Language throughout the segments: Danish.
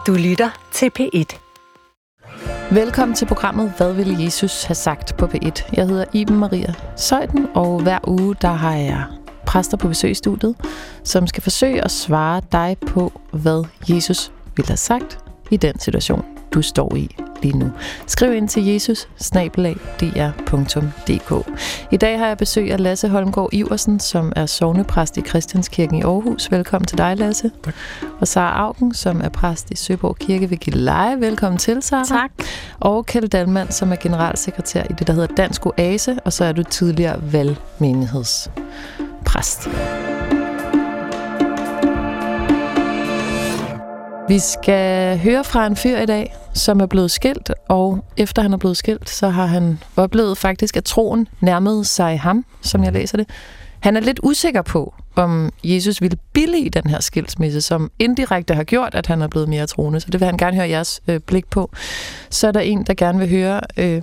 Du lytter til P1. Velkommen til programmet Hvad ville Jesus have sagt på P1? Jeg hedder Iben Maria Zeuthen, og hver uge der har jeg præster på besøg i studiet, som skal forsøge at svare dig på, hvad Jesus ville have sagt i den situation, du står i lige nu. Skriv ind til jesus@dr.dk. I dag har jeg besøg af Lasse Holmgaard Iversen, som er sognepræst i Christianskirken i Aarhus. Velkommen til dig, Lasse. Tak. Og Sara Auken, som er præst i Søborg Kirke ved Gilleleje. Velkommen til, Sara. Tak. Og Kjeld Dalman, som er generalsekretær i det, der hedder Dansk Oase, og så er du tidligere valgmenighedspræst. Vi skal høre fra en fyr i dag, som er blevet skilt, og efter han er blevet skilt, så har han oplevet faktisk, at troen nærmede sig ham, som jeg læser det. Han er lidt usikker på, om Jesus ville billige den her skilsmisse, som indirekte har gjort, at han er blevet mere troende. Så det vil han gerne høre jeres blik på. Så er der en, der gerne vil høre,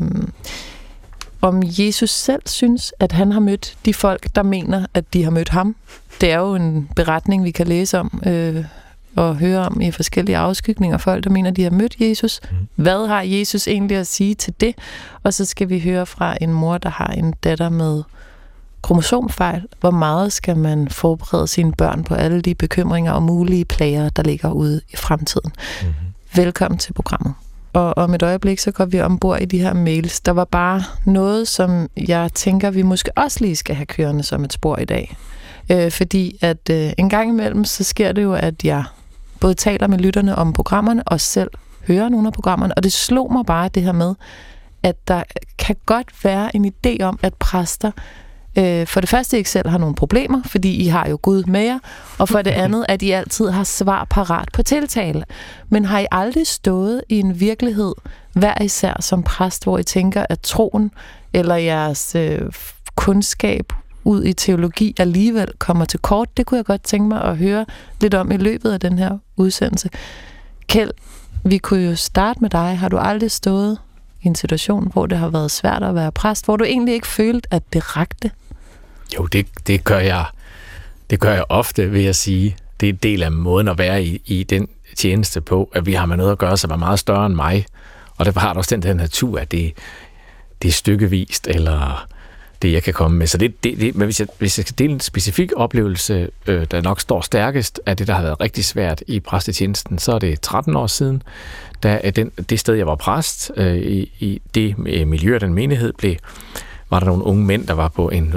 om Jesus selv synes, at han har mødt de folk, der mener, at de har mødt ham. Det er jo en beretning, vi kan læse om og høre om i forskellige afskygninger. Folk, der mener, de har mødt Jesus. Hvad har Jesus egentlig at sige til det? Og så skal vi høre fra en mor, der har en datter med kromosomfejl. Hvor meget skal man forberede sine børn på alle de bekymringer og mulige plager, der ligger ude i fremtiden? Velkommen til programmet. Og om et øjeblik, så går vi ombord i de her mails. Der var bare noget, som jeg tænker, vi måske også lige skal have kørende som et spor i dag. Fordi at en gang imellem, så sker det jo, at jeg både taler med lytterne om programmerne, og selv hører nogle af programmerne. Og det slog mig bare det her med, at der kan godt være en idé om, at præster for det første ikke selv har nogle problemer, fordi I har jo Gud med jer, og for det andet, at I altid har svar parat på tiltale. Men har I aldrig stået i en virkelighed, hver især som præst, hvor I tænker, at troen eller jeres kundskab ud i teologi alligevel kommer til kort? Det kunne jeg godt tænke mig at høre lidt om i løbet af den her udsendelse. Kjeld, vi kunne jo starte med dig. Har du aldrig stået i en situation, hvor det har været svært at være præst, hvor du egentlig ikke følte, at det rakte? Jo, det gør jeg. Det gør jeg ofte, vil jeg sige. Det er en del af måden at være i den tjeneste på, at vi har med noget at gøre, som er meget større end mig. Og det har også den natur, at det er stykkevist, eller det, jeg kan komme med. Så men hvis jeg skal dele en specifik oplevelse, der nok står stærkest af det, der har været rigtig svært i præstetjenesten, så er det 13 år siden, da det sted, jeg var præst, i det miljø af den menighed, var der nogle unge mænd, der var på en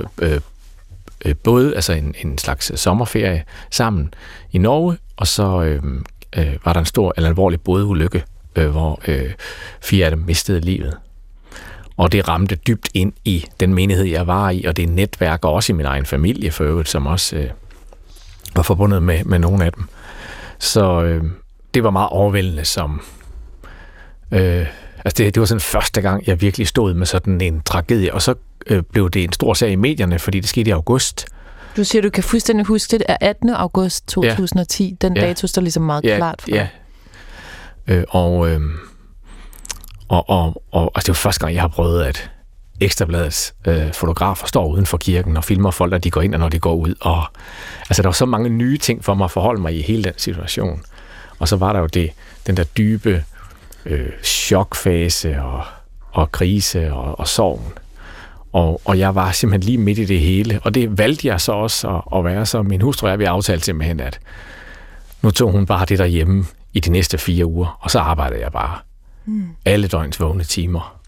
båd, altså en slags sommerferie sammen i Norge, og så var der en stor eller alvorlig bådulykke, hvor 4 af dem mistede livet. Og det ramte dybt ind i den menighed, jeg var i, og det netværk, og også i min egen familie for øvrigt, som også var forbundet med nogle af dem. Så det var meget overvældende som... det var sådan første gang, jeg virkelig stod med sådan en tragedie, og så blev det en stor sag i medierne, fordi det skete i august. Du siger, du kan fuldstændig huske, det er 18. august 2010. Den dato står ligesom meget klart for dig. Og det var første gang, jeg har prøvet, at Ekstrabladets fotografer står uden for kirken og filmer folk, når de går ind og når de går ud. Og altså, der var så mange nye ting for mig at forholde mig i hele den situation. Og så var der jo den der dybe chokfase og krise og sorgen. Og jeg var simpelthen lige midt i det hele. Og det valgte jeg så også at være så. Min hustru og jeg, vi aftalte simpelthen, at nu tog hun bare det derhjemme i de næste 4 uger, og så arbejdede jeg bare. Alle døgns vågne timer.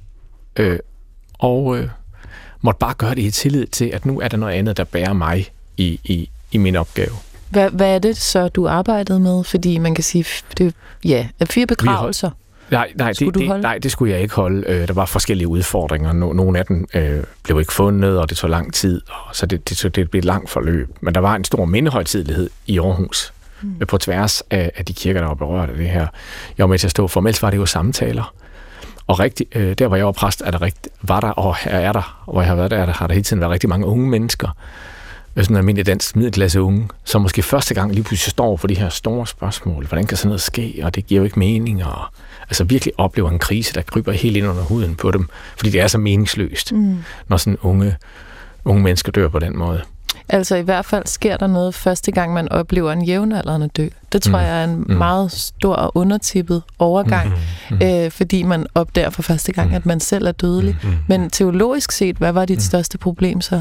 Måtte bare gøre det i tillid til, at nu er der noget andet, der bærer mig i min opgave. Hvad er det så, du arbejdede med? Fordi man kan sige, det er 4 begravelser. Nej, det skulle jeg ikke holde. Der var forskellige udfordringer. Nogle af dem blev ikke fundet, og det tog lang tid. Så det blev et langt forløb. Men der var en stor mindehøjtidelighed i Aarhus. På tværs af de kirker, der var berørt af det her. Jeg var med til at stå. Formelt var det jo samtaler. Og der, hvor jeg var præst, var der, og er der, hvor jeg har været der, har der hele tiden været rigtig mange unge mennesker. Sådan en almindelig dansk middelklasse unge, som måske første gang lige pludselig står for de her store spørgsmål. Hvordan kan sådan noget ske? Og det giver jo ikke mening. Og altså virkelig oplever en krise, der kryber helt ind under huden på dem. Fordi det er så meningsløst, når sådan unge mennesker dør på den måde. Altså i hvert fald sker der noget første gang, man oplever en jævnaldrende dø. Det tror jeg er en meget stor og undertippet overgang, fordi man opdager for første gang, at man selv er dødelig. Men teologisk set, hvad var dit største problem så?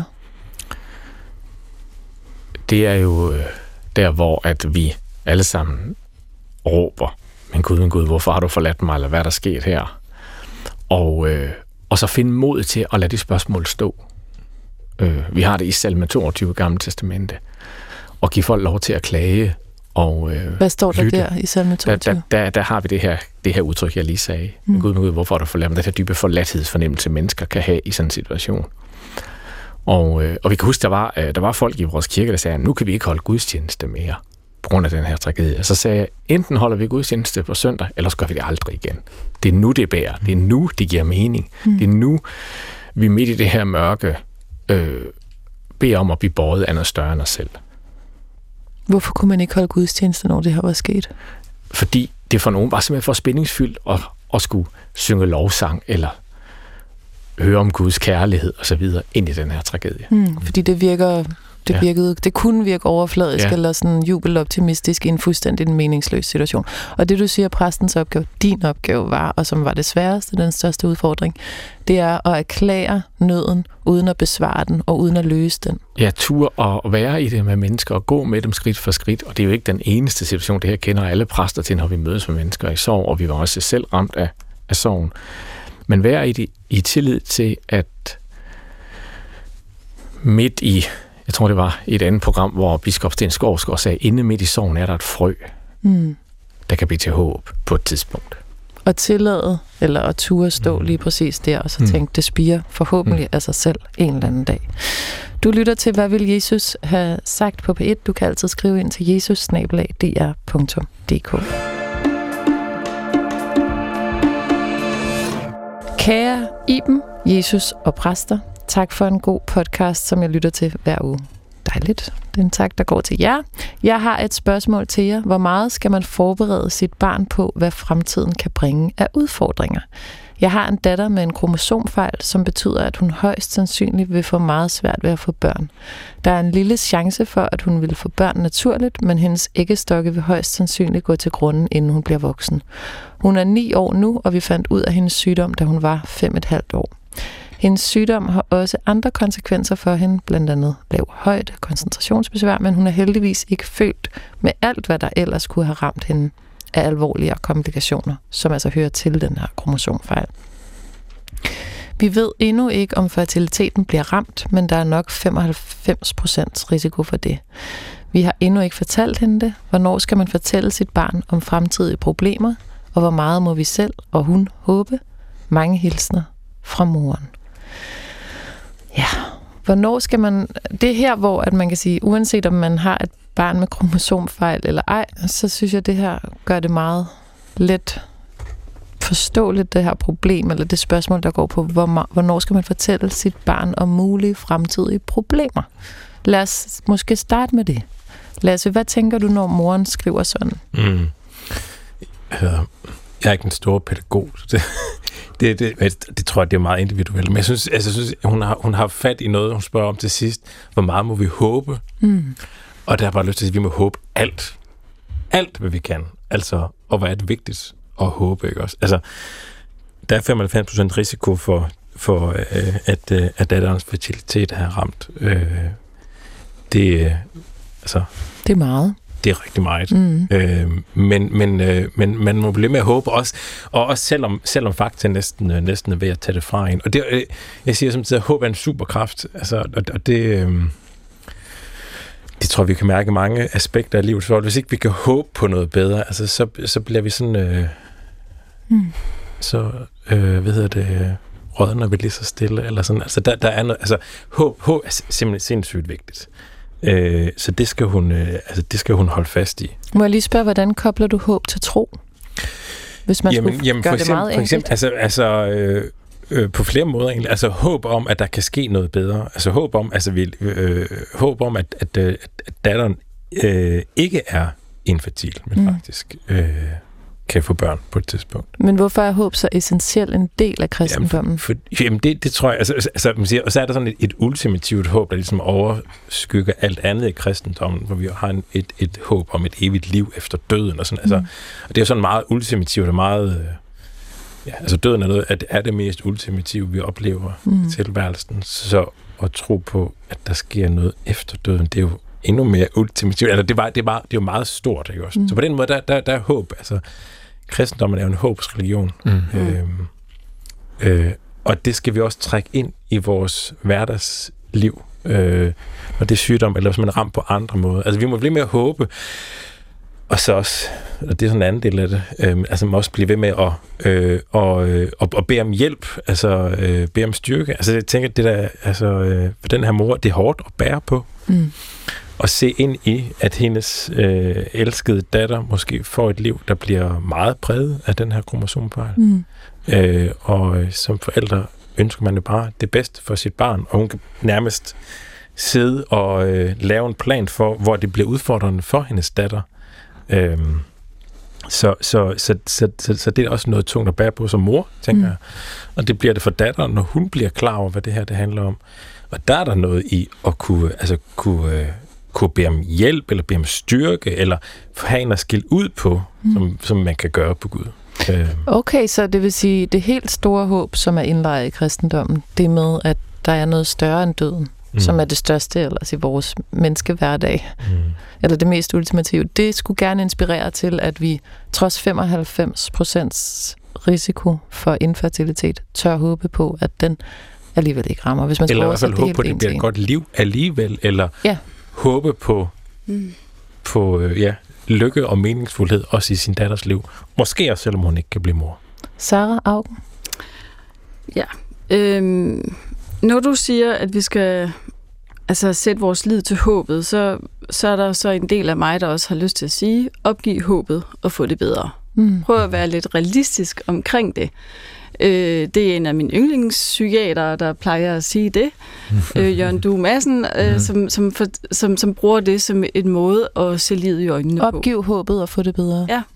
Det er jo der, hvor at vi alle sammen råber, men Gud, hvorfor har du forladt mig, eller hvad er der sket her? Og så finde mod til at lade de spørgsmål stå. Vi har det i Salme 22 Gamle Testamente, og give folk lov til at klage og hvad står der lytte. der i Salme 22? Der har vi det her udtryk, jeg lige sagde. Gud, hvorfor har du forladt mig? Den her dybe forladthedsfornemmelse, mennesker kan have i sådan en situation. Og vi kan huske, der var folk i vores kirke, der sagde, nu kan vi ikke holde gudstjeneste mere på grund af den her tragedie. Så sagde jeg, enten holder vi gudstjeneste på søndag, eller så gør vi det aldrig igen. Det er nu, det bærer. Det er nu, det giver mening. Det er nu, vi midt i det her mørke beder om at blive båret af noget større end os selv. Hvorfor kunne man ikke holde gudstjeneste, når det her var sket? Fordi det for nogen var simpelthen for spændingsfyldt at skulle synge lovsang, eller høre om Guds kærlighed og så videre ind i den her tragedie. Fordi det kunne virke overfladisk eller sådan jubeloptimistisk i en fuldstændig meningsløs situation. Og det, du siger, præstens opgave, din opgave var, og som var det sværeste, den største udfordring, det er at erklære nøden, uden at besvare den, og uden at løse den. Ja, tur at være i det med mennesker, og gå med dem skridt for skridt, og det er jo ikke den eneste situation, det her kender alle præster til, når vi mødes med mennesker i sorg, og vi var også selv ramt af sorgen. Men vær i tillid til, at midt i, jeg tror det var et andet program, hvor biskop Sten Skovsgaard sagde, inde midt i sorgen er der et frø, der kan blive til håb på et tidspunkt. Og tillade, eller at ture stå lige præcis der, og så tænke, det spirer forhåbentlig af sig selv en eller anden dag. Du lytter til, hvad vil Jesus have sagt på P1? Du kan altid skrive ind til jesus@dr.dk. Kære Iben, Jesus og præster, tak for en god podcast, som jeg lytter til hver uge. Dejligt. Det er en tak, der går til jer. Jeg har et spørgsmål til jer. Hvor meget skal man forberede sit barn på, hvad fremtiden kan bringe af udfordringer? Jeg har en datter med en kromosomfejl, som betyder, at hun højst sandsynligt vil få meget svært ved at få børn. Der er en lille chance for, at hun vil få børn naturligt, men hendes æggestokke vil højst sandsynligt gå til grunden, inden hun bliver voksen. Hun er 9 år nu, og vi fandt ud af hendes sygdom, da hun var 5,5 år. Hendes sygdom har også andre konsekvenser for hende, blandt andet lav højde, koncentrationsbesvær, men hun er heldigvis ikke født med alt, hvad der ellers kunne have ramt hende af alvorlige komplikationer, som altså hører til den her kromosomfejl. Vi ved endnu ikke, om fertiliteten bliver ramt, men der er nok 95% risiko for det. Vi har endnu ikke fortalt hende det. Hvornår skal man fortælle sit barn om fremtidige problemer, og hvor meget må vi selv og hun håbe? Mange hilsner fra moren. Ja, hvornår skal man... Det er her, hvor at man kan sige, uanset om man har et barn med kromosomfejl eller ej, så synes jeg, det her gør det meget let forståeligt, det her problem, eller det spørgsmål, der går på, hvornår skal man fortælle sit barn om mulige fremtidige problemer. Lad os måske starte med det. Lasse, hvad tænker du, når moren skriver sådan? Jeg er ikke en stor pædagog, så det tror jeg, det er meget individuelt. Men jeg synes hun har fat i noget, hun spørger om til sidst. Hvor meget må vi håbe? Og der har bare lyst til at sige, at vi må håbe alt. Alt, hvad vi kan. Altså, og hvad er det vigtigt at håbe, ikke også? Altså, der er 95% risiko for at datterens fertilitet har ramt. Det er meget. Det er rigtig meget. Men man må blive med at håbe også. Og også selvom fakta næsten er ved at tage det fra en. Og det, jeg siger samtidig, at håb er en superkraft. Altså, og det tror vi kan mærke mange aspekter af livet. Så hvis ikke vi kan håbe på noget bedre, altså, så bliver vi sådan... rådner vi lige så stille, eller sådan. Altså, der er noget... Altså, håb er simpelthen sindssygt vigtigt. Så det skal hun holde fast i. Må jeg lige spørge, hvordan kobler du håb til tro? Hvis man skulle gøre det meget enkelt. På flere måder egentlig. Altså håb om, at der kan ske noget bedre. Altså håb om, at datteren ikke er infertil, men faktisk kan få børn på et tidspunkt. Men hvorfor er håb så essentielt en del af kristendommen? Jamen det tror jeg, altså man siger, og så er der sådan et ultimativt håb, der ligesom overskygger alt andet i kristendommen, hvor vi har et håb om et evigt liv efter døden og sådan. Altså, og det er jo sådan meget ultimativt og meget... altså døden er noget, er det mest ultimative, vi oplever i tilværelsen. Så at tro på, at der sker noget efter døden, det er jo endnu mere ultimativt. Altså, det er jo meget stort, ikke også? Så på den måde, der er håb. Altså, kristendommen er jo en håbsreligion. Og det skal vi også trække ind i vores hverdagsliv. Når det er sygdom, eller hvis man er ramt på andre måder. Altså, vi må blive med at håbe. Og så også, og det er sådan en anden del af det, altså man også blive ved med at bede om hjælp, altså bede om styrke. Altså jeg tænker, det der, altså for den her mor, det er hårdt at bære på. Og se ind i, at hendes elskede datter måske får et liv, der bliver meget præget af den her kromosomfejl. Og som forældre ønsker man jo bare det bedste for sit barn, og hun kan nærmest sidde og lave en plan for, hvor det bliver udfordrende for hendes datter. Så det er også noget tungt at bære på som mor, tænker jeg. Og det bliver det for datteren, når hun bliver klar over, hvad det her det handler om. Og der er der noget i at kunne bede om hjælp, eller bede om styrke, eller have en at skille ud på, som man kan gøre på Gud. Okay, så det vil sige, det helt store håb, som er indlejret i kristendommen, det med, at der er noget større end døden, som er det største ellers i vores menneskehverdag, eller det mest ultimative, det skulle gerne inspirere til, at vi trods 95% risiko for infertilitet tør håbe på, at den alligevel ikke rammer. Hvis man eller i hvert fald håbe på, at det bliver et godt liv alligevel, eller håbe på lykke og meningsfuldhed også i sin datters liv. Måske også, selvom hun ikke kan blive mor. Sarah Augen? Ja. Når du siger, at vi skal sætte vores lid til håbet, så er der så en del af mig, der også har lyst til at sige, opgiv håbet og få det bedre. Prøv at være lidt realistisk omkring det. Det er en af mine yndlingspsykiatere, der plejer at sige det. Jørgen Due Madsen, som bruger det som en måde at se livet i øjnene på. Opgiv håbet og få det bedre. Ja.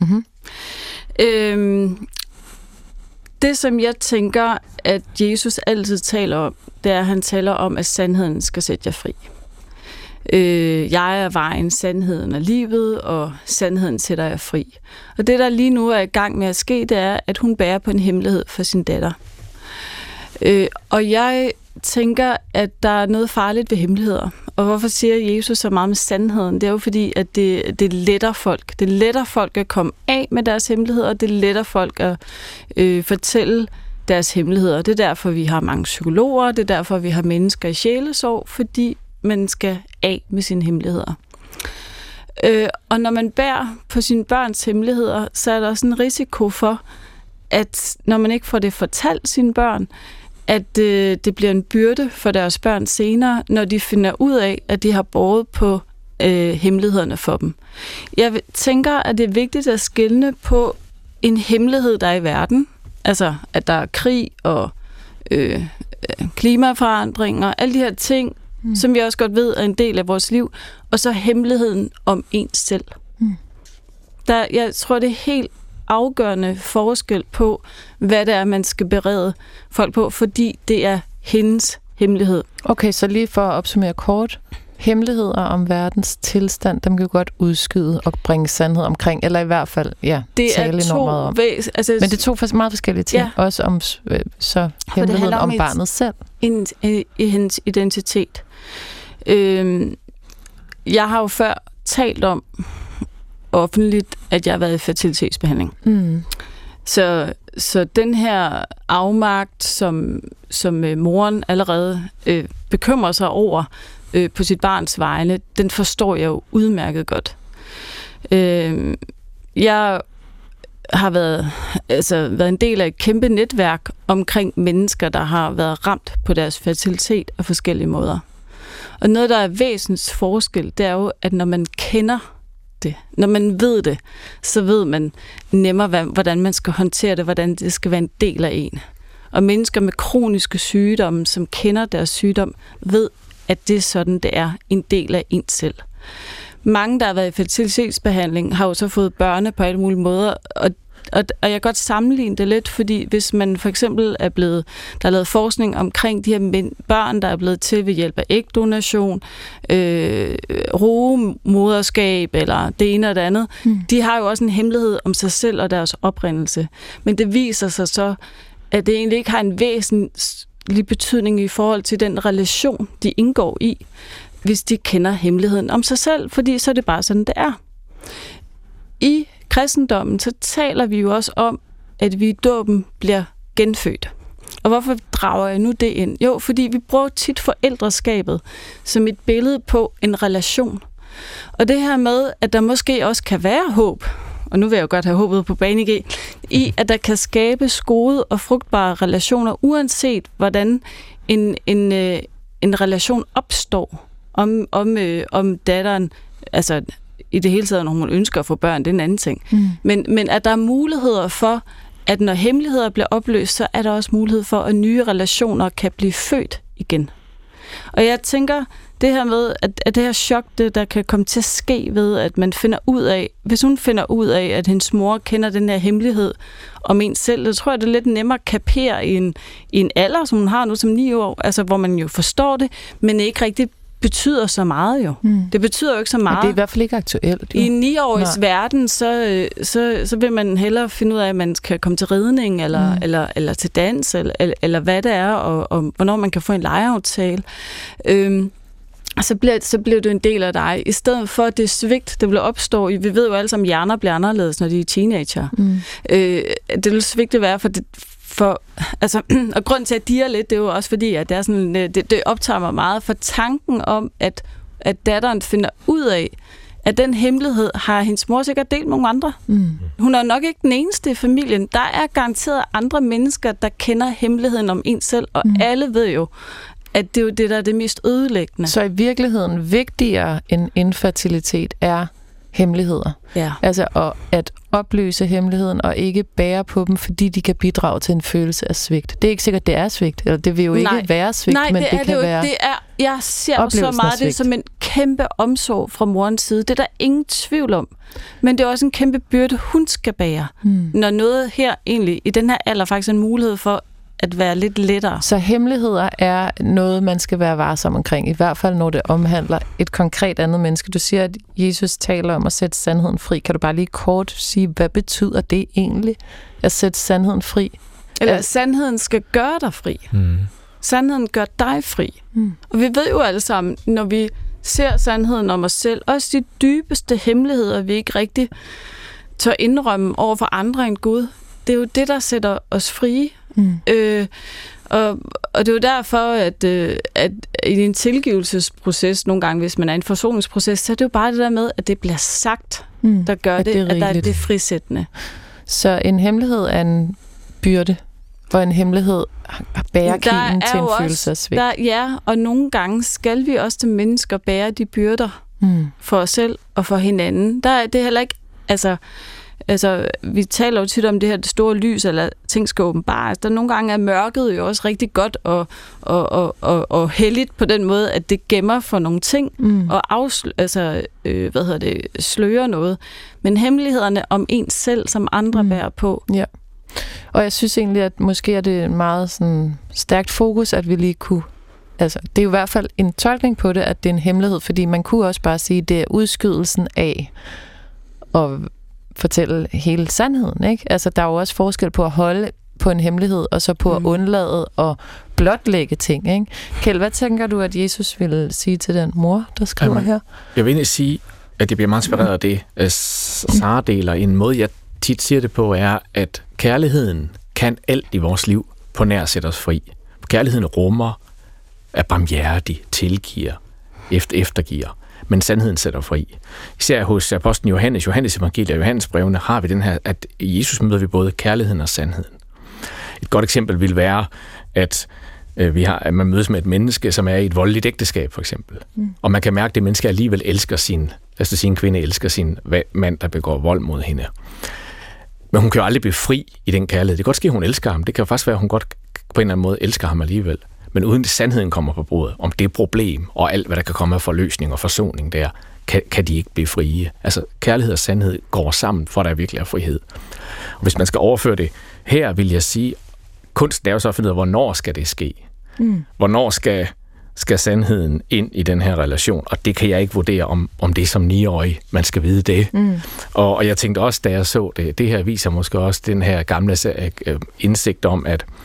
Det, som jeg tænker, at Jesus altid taler om, det er, at han taler om, at sandheden skal sætte jer fri. Jeg er vejen, sandheden og livet, og sandheden sætter jer fri. Og det, der lige nu er i gang med at ske, det er, at hun bærer på en hemmelighed for sin datter. Og jeg tænker, at der er noget farligt ved hemmeligheder. Og hvorfor siger Jesus så meget med sandheden? Det er jo fordi, at det letter folk. Det letter folk at komme af med deres hemmeligheder, og det letter folk at fortælle deres hemmeligheder. Det er derfor, vi har mange psykologer, det er derfor, vi har mennesker i sjælesorg, fordi man skal af med sine hemmeligheder. Og når man bærer på sine børns hemmeligheder, så er der også en risiko for, at når man ikke får det fortalt sine børn, at det bliver en byrde for deres børn senere, når de finder ud af, at de har båret på hemmelighederne for dem. Jeg tænker, at det er vigtigt at skelne på en hemmelighed, der er i verden. Altså, at der er krig og klimaforandringer og alle de her ting, som vi også godt ved er en del af vores liv, og så hemmeligheden om ens selv. Jeg tror, det er helt afgørende forskel på, hvad det er, man skal berede folk på, fordi det er hendes hemmelighed. Okay, så lige for at opsummere kort. Hemmeligheder om verdens tilstand, dem kan jo godt udskyde og bringe sandhed omkring, eller i hvert fald, tale enormt meget om. Men det er to meget forskellige ting, også om så hemmeligheden om barnet selv. I hendes identitet. Jeg har jo før talt om offentligt, at jeg har været i fertilitetsbehandling. Så den her afmagt, som moren allerede bekymrer sig over på sit barns vegne, den forstår jeg jo udmærket godt. Jeg har været en del af et kæmpe netværk omkring mennesker, der har været ramt på deres fertilitet af forskellige måder. Og noget, der er væsens forskel, det er jo, at når man kender det, når man ved det, så ved man nemmere, hvordan man skal håndtere det, hvordan det skal være en del af en. Og mennesker med kroniske sygdomme, som kender deres sygdom, ved, at det er sådan, det er en del af en selv. Mange, der har været i fertilitetsbehandling, har jo så fået børn på alle mulige måder, og og jeg kan godt sammenligne det lidt, fordi hvis man for eksempel der er lavet forskning omkring de her børn, der er blevet til ved hjælp af ægdonation, rugemoderskab eller det ene og det andet, de har jo også en hemmelighed om sig selv og deres oprindelse. Men det viser sig så, at det egentlig ikke har en væsentlig betydning i forhold til den relation, de indgår i, hvis de kender hemmeligheden om sig selv, fordi så er det bare sådan, det er. I kristendommen, så taler vi jo også om, at vi i dåben bliver genfødt. Og hvorfor drager jeg nu det ind? Jo, fordi vi bruger tit forældreskabet som et billede på en relation. Og det her med, at der måske også kan være håb, og nu vil jeg jo godt have håbet på banen i, at der kan skabes gode og frugtbare relationer, uanset hvordan en relation opstår, om datteren, altså i det hele taget, når hun ønsker at få børn, det er en anden ting. Men at der er muligheder for, at når hemmeligheder bliver opløst, så er der også mulighed for, at nye relationer kan blive født igen. Og jeg tænker, det her med, at det her chok, det der kan komme til at ske ved, at man finder ud af, hvis hun finder ud af, at hendes mor kender den her hemmelighed om en selv, så tror jeg, det er lidt nemmere at kapere i en alder, som hun har nu som 9 år, altså hvor man jo forstår det, men ikke rigtig betyder så meget jo. Det betyder jo ikke så meget. Og det er i hvert fald ikke aktuelt. Jo. I en 9-årigs verden, så vil man hellere finde ud af, at man kan komme til ridning, eller til dans, eller hvad det er, og hvornår man kan få en legeaftale. Så bliver det en del af dig. I stedet for det svigt, det vil opstå i, vi ved jo alle sammen, at hjerner bliver anderledes, når de er teenager. Det vil svigte være og grund til, at de er lidt, det er jo også fordi, at det er sådan, det optager mig meget, for tanken om, at datteren finder ud af, at den hemmelighed har hendes mor sikkert delt med nogle andre. Hun er nok ikke den eneste i familien. Der er garanteret andre mennesker, der kender hemmeligheden om en selv, og alle ved jo, at det er jo det, der er det mest ødelæggende. Så i virkeligheden vigtigere end infertilitet er hemmeligheder. Ja. Altså at opløse hemmeligheden og ikke bære på dem, fordi de kan bidrage til en følelse af svigt. Det er ikke sikkert, det er svigt, eller det vil jo ikke være svigt, men det kan være. Jeg ser så meget det som en kæmpe omsorg fra morens side. Det er der ingen tvivl om. Men det er også en kæmpe byrde, hun skal bære. Når noget her egentlig, i den her alder, faktisk er en mulighed for at være lidt lettere. Så hemmeligheder er noget, man skal være varsom omkring, i hvert fald når det omhandler et konkret andet menneske. Du siger, at Jesus taler om at sætte sandheden fri. Kan du bare lige kort sige, hvad betyder det egentlig, at sætte sandheden fri? Eller sandheden skal gøre dig fri. Sandheden gør dig fri. Og vi ved jo alle sammen, når vi ser sandheden om os selv, også de dybeste hemmeligheder, vi ikke rigtig tør indrømme over for andre end Gud, det er jo det, der sætter os frie. Og det er jo derfor, at i en tilgivelsesproces nogle gange, hvis man er i en forsoningsproces, så er det jo bare det der med, at det bliver sagt, der gør at der er det frisættende. Så en hemmelighed er en byrde, og en hemmelighed bærer kimen til en følelse af svigt. Ja, og nogle gange skal vi også til mennesker bære de byrder for os selv og for hinanden. Det er heller ikke, altså, vi taler jo tit om det her det store lys, eller ting skal åbenbares. Der nogle gange er mørket jo også rigtig godt og helligt på den måde, at det gemmer for nogle ting og slører noget. Men hemmelighederne om en selv, som andre bærer på. Ja. Og jeg synes egentlig, at måske er det meget sådan stærkt fokus, at vi lige kunne. Altså, det er jo i hvert fald en tolkning på det, at det er en hemmelighed, fordi man kunne også bare sige, at det er udskydelsen af at fortælle hele sandheden, ikke? Altså, der er jo også forskel på at holde på en hemmelighed, og så på at undlade og blotlægge ting, ikke? Kjeld, hvad tænker du, at Jesus ville sige til den mor, der skriver her? Jeg vil egentlig sige, at det bliver meget inspireret af det, Sara deler. En måde, jeg tit siger det på, er, at kærligheden kan alt i vores liv på nær sætte os fri. Kærligheden rummer, er barmhjertig, tilgiver, eftergiver. Men sandheden sætter fri. Især hos apostlen Johannes evangeliet og Johannes brevene har vi den her, at i Jesus møder vi både kærligheden og sandheden. Et godt eksempel vil være, at man mødes med et menneske, som er i et voldeligt ægteskab, for eksempel. Og man kan mærke, at det menneske alligevel elsker sin kvinde elsker sin mand, der begår vold mod hende. Men hun kan jo aldrig blive fri i den kærlighed. Det kan godt ske, at hun elsker ham. Det kan jo faktisk være, at hun godt på en eller anden måde elsker ham alligevel. Men uden sandheden kommer på bordet, om det problem og alt, hvad der kan komme af forløsning og forsoning der, kan de ikke blive frie. Altså, kærlighed og sandhed går sammen, for der virkelig er frihed. Og hvis man skal overføre det her, vil jeg sige, kunsten er jo så at finde ud af, hvornår skal det ske? Hvornår skal sandheden ind i den her relation? Og det kan jeg ikke vurdere, om det er som 9-årig, man skal vide det. Og jeg tænkte også, da jeg så det her viser måske også den her gamle indsigt om,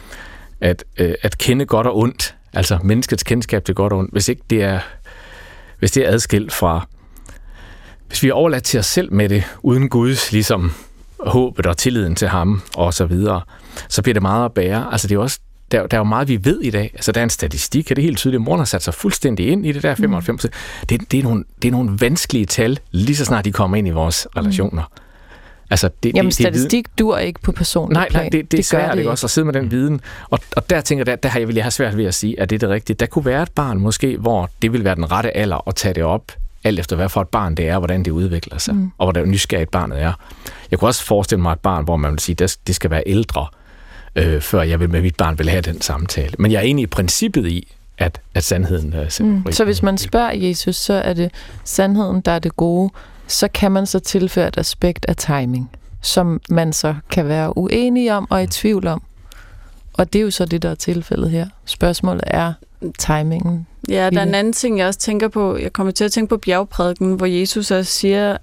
at kende godt og ondt, altså menneskets kendskab til godt og ondt, hvis det er adskilt fra, hvis vi er overladt til os selv med det, uden Guds ligesom håbet og tilliden til ham og så videre, så bliver det meget at bære. Altså det er også, der er jo meget, vi ved i dag. Altså der er en statistik, det er helt tydeligt. Moren har sat sig fuldstændig ind i det der 95. Det er nogle vanskelige tal, lige så snart de kommer ind i vores relationer. Altså, statistik dur ikke på personlig plan. Nej, det er svært ikke også at sidde med den viden. Og der tænker jeg, der vil jeg have svært ved at sige, at det er det rigtige. Der kunne være et barn måske, hvor det vil være den rette alder at tage det op, alt efter hvad for et barn det er, hvordan det udvikler sig, og hvordan nysgerrigt barnet er. Jeg kunne også forestille mig et barn, hvor man vil sige, at det skal være ældre, før jeg vil med mit barn vil have den samtale. Men jeg er enig i princippet i, at sandheden er fri. Så hvis man spørger Jesus, så er det sandheden, der er det gode, så kan man så tilføre et aspekt af timing, som man så kan være uenig om og i tvivl om. Og det er jo så det, der er tilfældet her. Spørgsmålet er timingen. Ja, der er en anden ting, jeg også tænker på. Jeg kommer til at tænke på bjergprædiken, hvor Jesus også siger,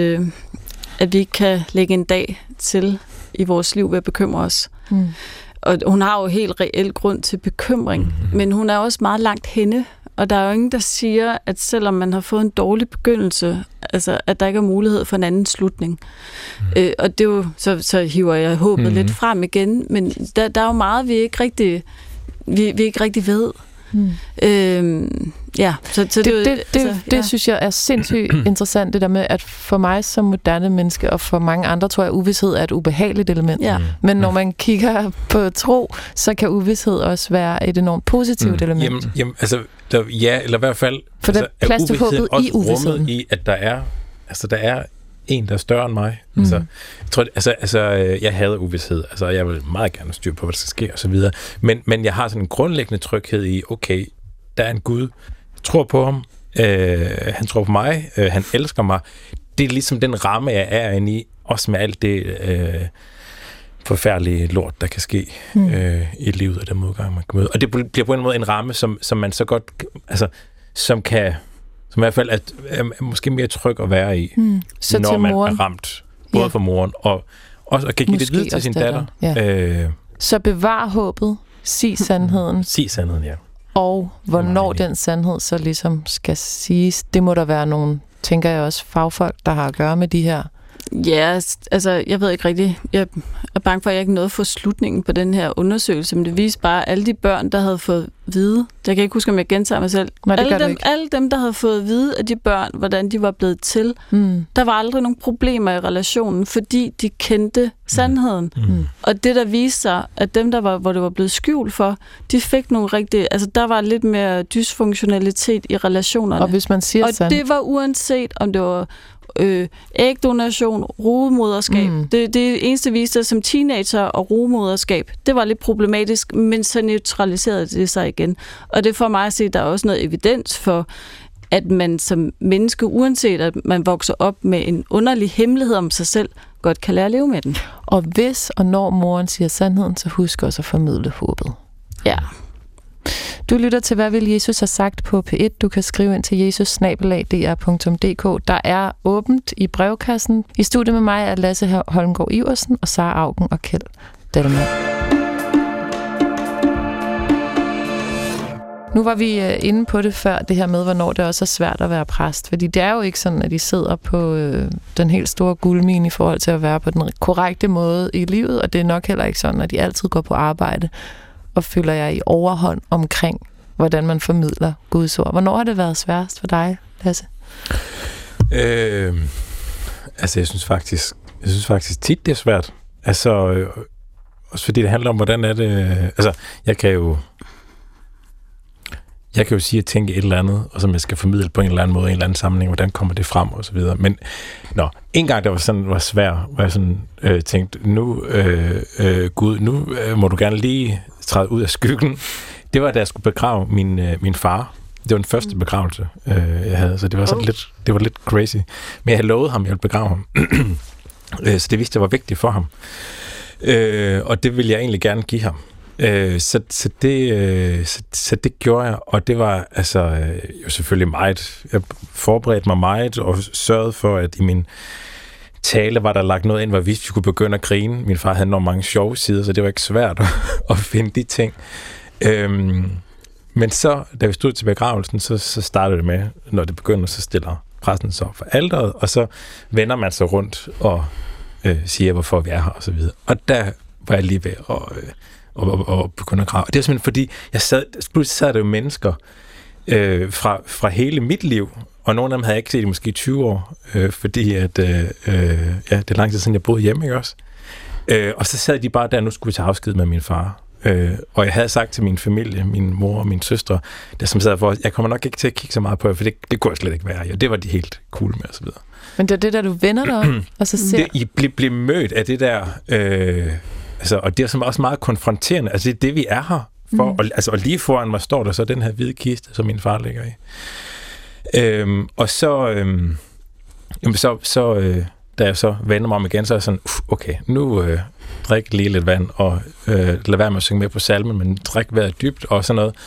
at vi ikke kan lægge en dag til i vores liv ved at bekymre os. Og hun har jo helt reelt grund til bekymring, men hun er også meget langt henne. Og der er jo ingen, der siger, at selvom man har fået en dårlig begyndelse, altså at der ikke er mulighed for en anden slutning. Og det er jo, så hiver jeg håbet lidt frem igen, men der er jo meget, vi ikke rigtig ved. Det synes jeg er sindssygt interessant, det der med, at for mig som moderne menneske, og for mange andre, tror jeg, uvished er et ubehageligt element. Men når man kigger på tro, så kan uvished også være et enormt positivt element. Jamen, altså, eller i hvert fald for der er plads til håbet i uvisheden. I, at der er en, der er større end mig. Jeg tror, jeg havde uvished. Altså, jeg vil meget gerne styre på, hvad der skal ske, og så videre. Men jeg har sådan en grundlæggende tryghed i, okay, der er en Gud. Jeg tror på ham. Han tror på mig. Han elsker mig. Det er ligesom den ramme, jeg er inde i. Også med alt det forfærdelige lort, der kan ske i livet, og den modgang, man kan møde. Og det bliver på en måde en ramme, som man så godt, altså, som i hvert fald er måske mere tryg at være i, når man er ramt, både for moren, og også kan give det videre til sin datter. Ja. Så bevar håbet, sig sandheden. Sig sandheden, ja. Og hvornår den sandhed så ligesom skal siges, det må der være nogle, tænker jeg også, fagfolk, der har at gøre med de her. Ja, altså, jeg ved ikke rigtigt. Jeg er bange for, at jeg ikke nåede at få slutningen på den her undersøgelse, men det viste bare, at alle de børn, der havde fået vide, jeg kan ikke huske, om jeg gentager mig selv, alle dem, der havde fået vide af de børn, hvordan de var blevet til, der var aldrig nogen problemer i relationen, fordi de kendte sandheden. Og det, der viste sig, at dem, hvor det var blevet skjult for, de fik nogle rigtige, altså der var lidt mere dysfunktionalitet i relationerne. Og hvis man siger og det var uanset, om det var ægdonation, rugemoderskab. Det eneste viste sig som teenager og rugemoderskab. Det var lidt problematisk, men så neutraliserede det sig igen. Og det får mig at se, at der er også noget evidens for, at man som menneske, uanset at man vokser op med en underlig hemmelighed om sig selv, godt kan lære at leve med den. Og hvis og når moren siger sandheden, så husk også at formidle håbet. Ja. Du lytter til, hvad vil Jesus have sagt på P1. Du kan skrive ind til jesus@dr.dk. Der er åbent i brevkassen. I studiet med mig er Lasse Holmgaard Iversen og Sara Augen og Kjeld Dallemann. Nu var vi inde på det før, det her med, hvornår det også er svært at være præst. Fordi det er jo ikke sådan, at de sidder på den helt store guldmine i forhold til at være på den korrekte måde i livet, og det er nok heller ikke sådan, at de altid går på arbejde og føler jeg i overhånd omkring, hvordan man formidler Guds ord. Hvornår har det været sværest for dig, Lasse? Altså, jeg synes faktisk tit, det er svært. Altså, også fordi det handler om, hvordan er det... Altså, jeg kan jo sige og tænke et eller andet, og som jeg skal formidle på en eller anden måde, en eller anden sammenhæng, hvordan kommer det frem, og så videre. Men en gang, der var svær, hvor jeg sådan tænkte, nu, Gud, nu må du gerne lige træde ud af skyggen. det var, da jeg skulle begrave min far. Det var den første begravelse, jeg havde, så det var sådan lidt crazy. Men jeg havde lovet ham, at jeg ville begrave ham. Så det vidste jeg var vigtigt for ham. Og det ville jeg egentlig gerne give ham. Så det gjorde jeg, og det var altså jo selvfølgelig meget. Jeg forberedte mig meget og sørgede for, at i min tale var der lagt noget ind, hvor vi kunne begynde at grine. Min far havde enormt mange sjove sider, så det var ikke svært at finde de ting. Men så, da vi stod til begravelsen, så startede det med, når det begynder, så stiller præsten sig for alteret, og så vender man sig rundt og siger, hvorfor vi er her, og så videre. Og der var jeg lige ved at begynde at grave. Og det er simpelthen fordi, pludselig sad der jo mennesker fra hele mit liv, og nogle af dem havde jeg ikke set i måske 20 år, fordi at, det er lang tid siden, jeg boede hjemme, ikke også? Og så sad de bare der, nu skulle vi tage afsked med min far. Og jeg havde sagt til min familie, min mor og min søstre, der som sad for os, jeg kommer nok ikke til at kigge så meget på jer, for det kunne jeg slet ikke være. Og det var de helt cool med, og så videre. Men det er det der, du vender dig om, og så ser... I bliver mødt af det der... og det er også meget konfronterende. Altså, det er det, vi er her for. Og lige foran mig står der så den her hvide kiste, som min far ligger i. Da jeg så vender mig om igen, så er jeg sådan, okay, nu drik lige lidt vand, og lad være med at synge med på salmen, men drik vejret dybt, og sådan noget.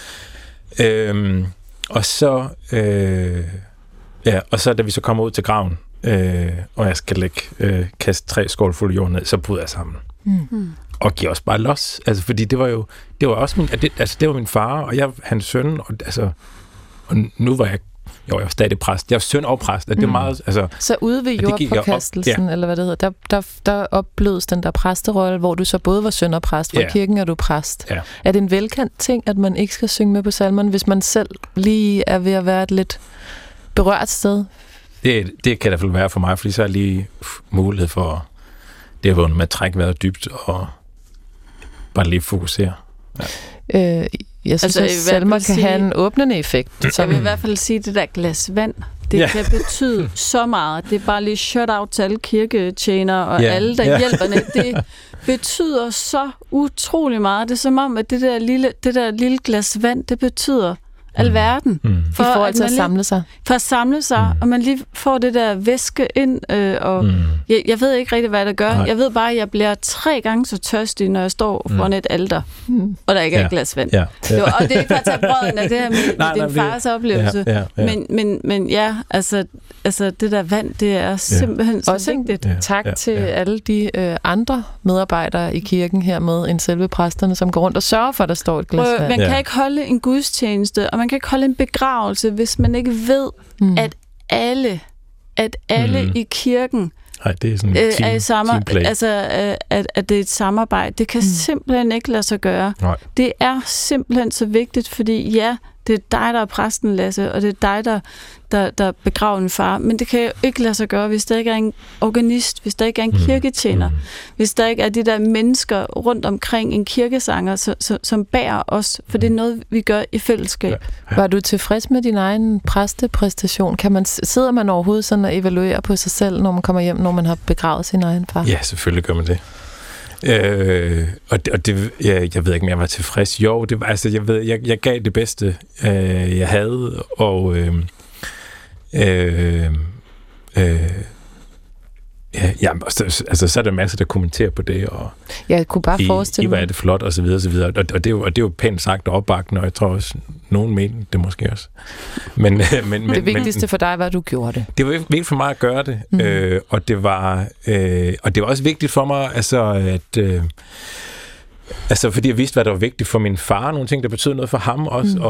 Og så da vi så kommer ud til graven, og jeg skal kaste 3 skål fulde jord ned, så bryder jeg sammen. Og giver også bare los. Altså, fordi det var også det var min far, og jeg hans søn, og nu var jeg var stadig præst. Jeg var søn og præst. Det er meget, så ude ved jordpåkastelsen, eller hvad det hedder, der oplevede den der præsterolle, hvor du så både var søn og præst, hvor kirken er du præst. Ja. Er det en velkendt ting, at man ikke skal synge med på salmerne, hvis man selv lige er ved at være et lidt berørt sted? Det kan det i hvert fald være for mig, fordi så er lige mulighed for det med at trække vejret dybt og bare lige fokusere. Ja. Jeg synes, at salmer kan have en åbnende effekt. Så jeg vil i hvert fald sige, at det der glas vand, det kan betyde så meget. Det er bare lige shout-out til alle kirketjenere og alle, der hjælper. Det betyder så utrolig meget. Det er som om, at det der lille glas vand, det betyder alverden. For, I forhold til at samle sig. For at samle sig, og man lige får det der væske ind, og jeg ved ikke rigtig, hvad det gør. Nej. Jeg ved bare, at jeg bliver 3 gange så tørstig, når jeg står foran et alter, og der ikke er et glas vand. Ja. Og det er ikke for at tage brøden af det her med din fars oplevelse. Men ja, altså det der vand, det er simpelthen så vigtigt. Tak til alle de andre medarbejdere i kirken her med, end selve præsterne, som går rundt og sørger for, at der står et glas vand. Man kan ikke holde en gudstjeneste, og man kan ikke holde en begravelse, hvis man ikke ved, at alle i kirken det er sådan at det er et samarbejde. Det kan simpelthen ikke lade sig gøre. Nej. Det er simpelthen så vigtigt, fordi det er dig, der er præsten, Lasse, og det er dig, der begraver en far. Men det kan jo ikke lade sig gøre, hvis der ikke er en organist, hvis der ikke er en kirketjener, hvis der ikke er de der mennesker rundt omkring en kirkesanger, som bærer os, for det er noget, vi gør i fællesskab. Ja. Var du tilfreds med din egen præstepræstation? Sidder man overhovedet sådan og evaluerer på sig selv, når man kommer hjem, når man har begravet sin egen far? Ja, selvfølgelig gør man det. Og det, jeg ved ikke, om jeg var tilfreds. Jo, det var, jeg gav det bedste, jeg havde, og så er der masser, der kommenterer på det, og jeg kunne bare forestille mig, hvor er det flot, og så videre, og så videre. Og det er jo pænt sagt og opbakkende, og jeg tror også, nogen mener det måske også. Men det vigtigste for dig var, at du gjorde det. Det var vigtigt for mig at gøre det, og det var også vigtigt for mig, fordi jeg vidste, hvad der var vigtigt for min far, nogle ting, der betød noget for ham også,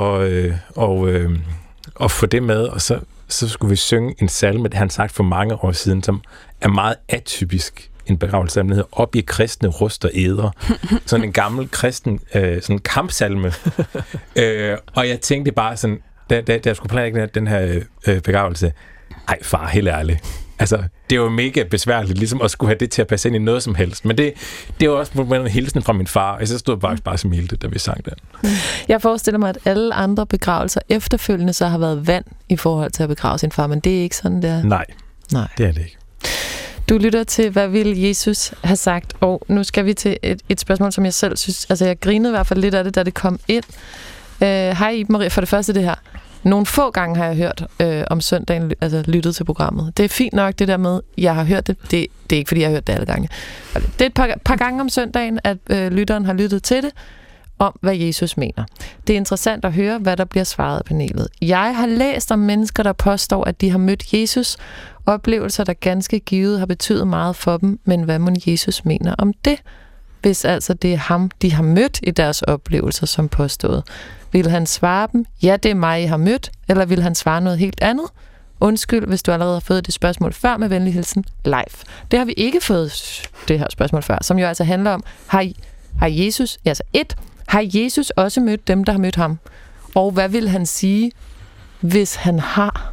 og få det med, og så skulle vi synge en salme, det han sagt for mange år siden, som er meget atypisk en begravelsessalme, der hedder Op i kristne rust og æder. Sådan en gammel kristen sådan kampsalme. Og jeg tænkte bare sådan, da jeg skulle planlægge den her begravelse, far, helt ærligt. Altså, det er jo mega besværligt, ligesom at skulle have det til at passe ind i noget som helst. Men det var også en hilsen fra min far, og så stod jeg bare smilte, da vi sang den. Jeg forestiller mig, at alle andre begravelser efterfølgende så har været vand i forhold til at begrave sin far, men det er ikke sådan, det er. Nej, det er det ikke. Du lytter til, hvad ville Jesus have sagt? Og nu skal vi til et spørgsmål, som jeg selv synes, jeg grinede i hvert fald lidt af det, da det kom ind. Hej Iben Maria, for det første det her. Nogle få gange har jeg hørt om søndagen, altså lyttet til programmet. Det er fint nok det der med, jeg har hørt det. Det er ikke, fordi jeg har hørt det alle gange. Det er et par gange om søndagen, at lytteren har lyttet til det, om hvad Jesus mener. Det er interessant at høre, hvad der bliver svaret af panelet. Jeg har læst om mennesker, der påstår, at de har mødt Jesus. Oplevelser, der ganske givet har betydet meget for dem, men hvad må Jesus mener om det? Hvis altså det er ham, de har mødt i deres oplevelser som påstået. Vil han svare dem, ja, det er mig, jeg har mødt, eller vil han svare noget helt andet? Undskyld, hvis du allerede har fået det spørgsmål før, med venlig hilsen, live. Det har vi ikke fået det her spørgsmål før, som jo altså handler om, har Jesus, altså har Jesus også mødt dem, der har mødt ham? Og hvad vil han sige, hvis han har?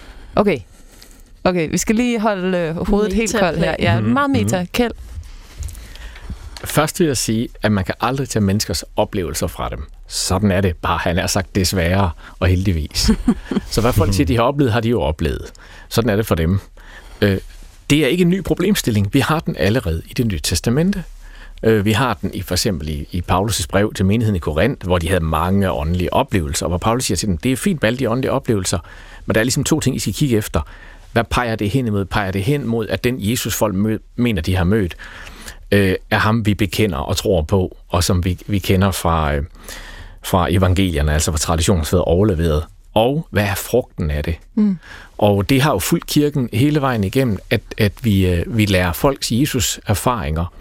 Okay, vi skal lige holde hovedet helt koldt her. Ja, meget meta. Kjeld? Først vil jeg sige, at man kan aldrig tage menneskers oplevelser fra dem. Sådan er det bare, han har sagt desværre og heldigvis. Så hvad folk siger, de har oplevet, har de jo oplevet. Sådan er det for dem. Det er ikke en ny problemstilling. Vi har den allerede i Det Nye Testamente. Vi har den for eksempel i Paulus' brev til menigheden i Korinth, hvor de havde mange åndelige oplevelser, og hvor Paulus siger til dem, det er fint med alle de åndelige oplevelser, men der er ligesom 2 ting, I skal kigge efter. Hvad peger det hen imod? Peger det hen mod, at den Jesus folk mener, de har mødt, er ham, vi bekender og tror på, og som vi kender fra evangelierne, altså fra traditionen, været overleveret. Og hvad er frugten af det? Og det har jo fulgt kirken hele vejen igennem, at vi lærer folks Jesus-erfaringer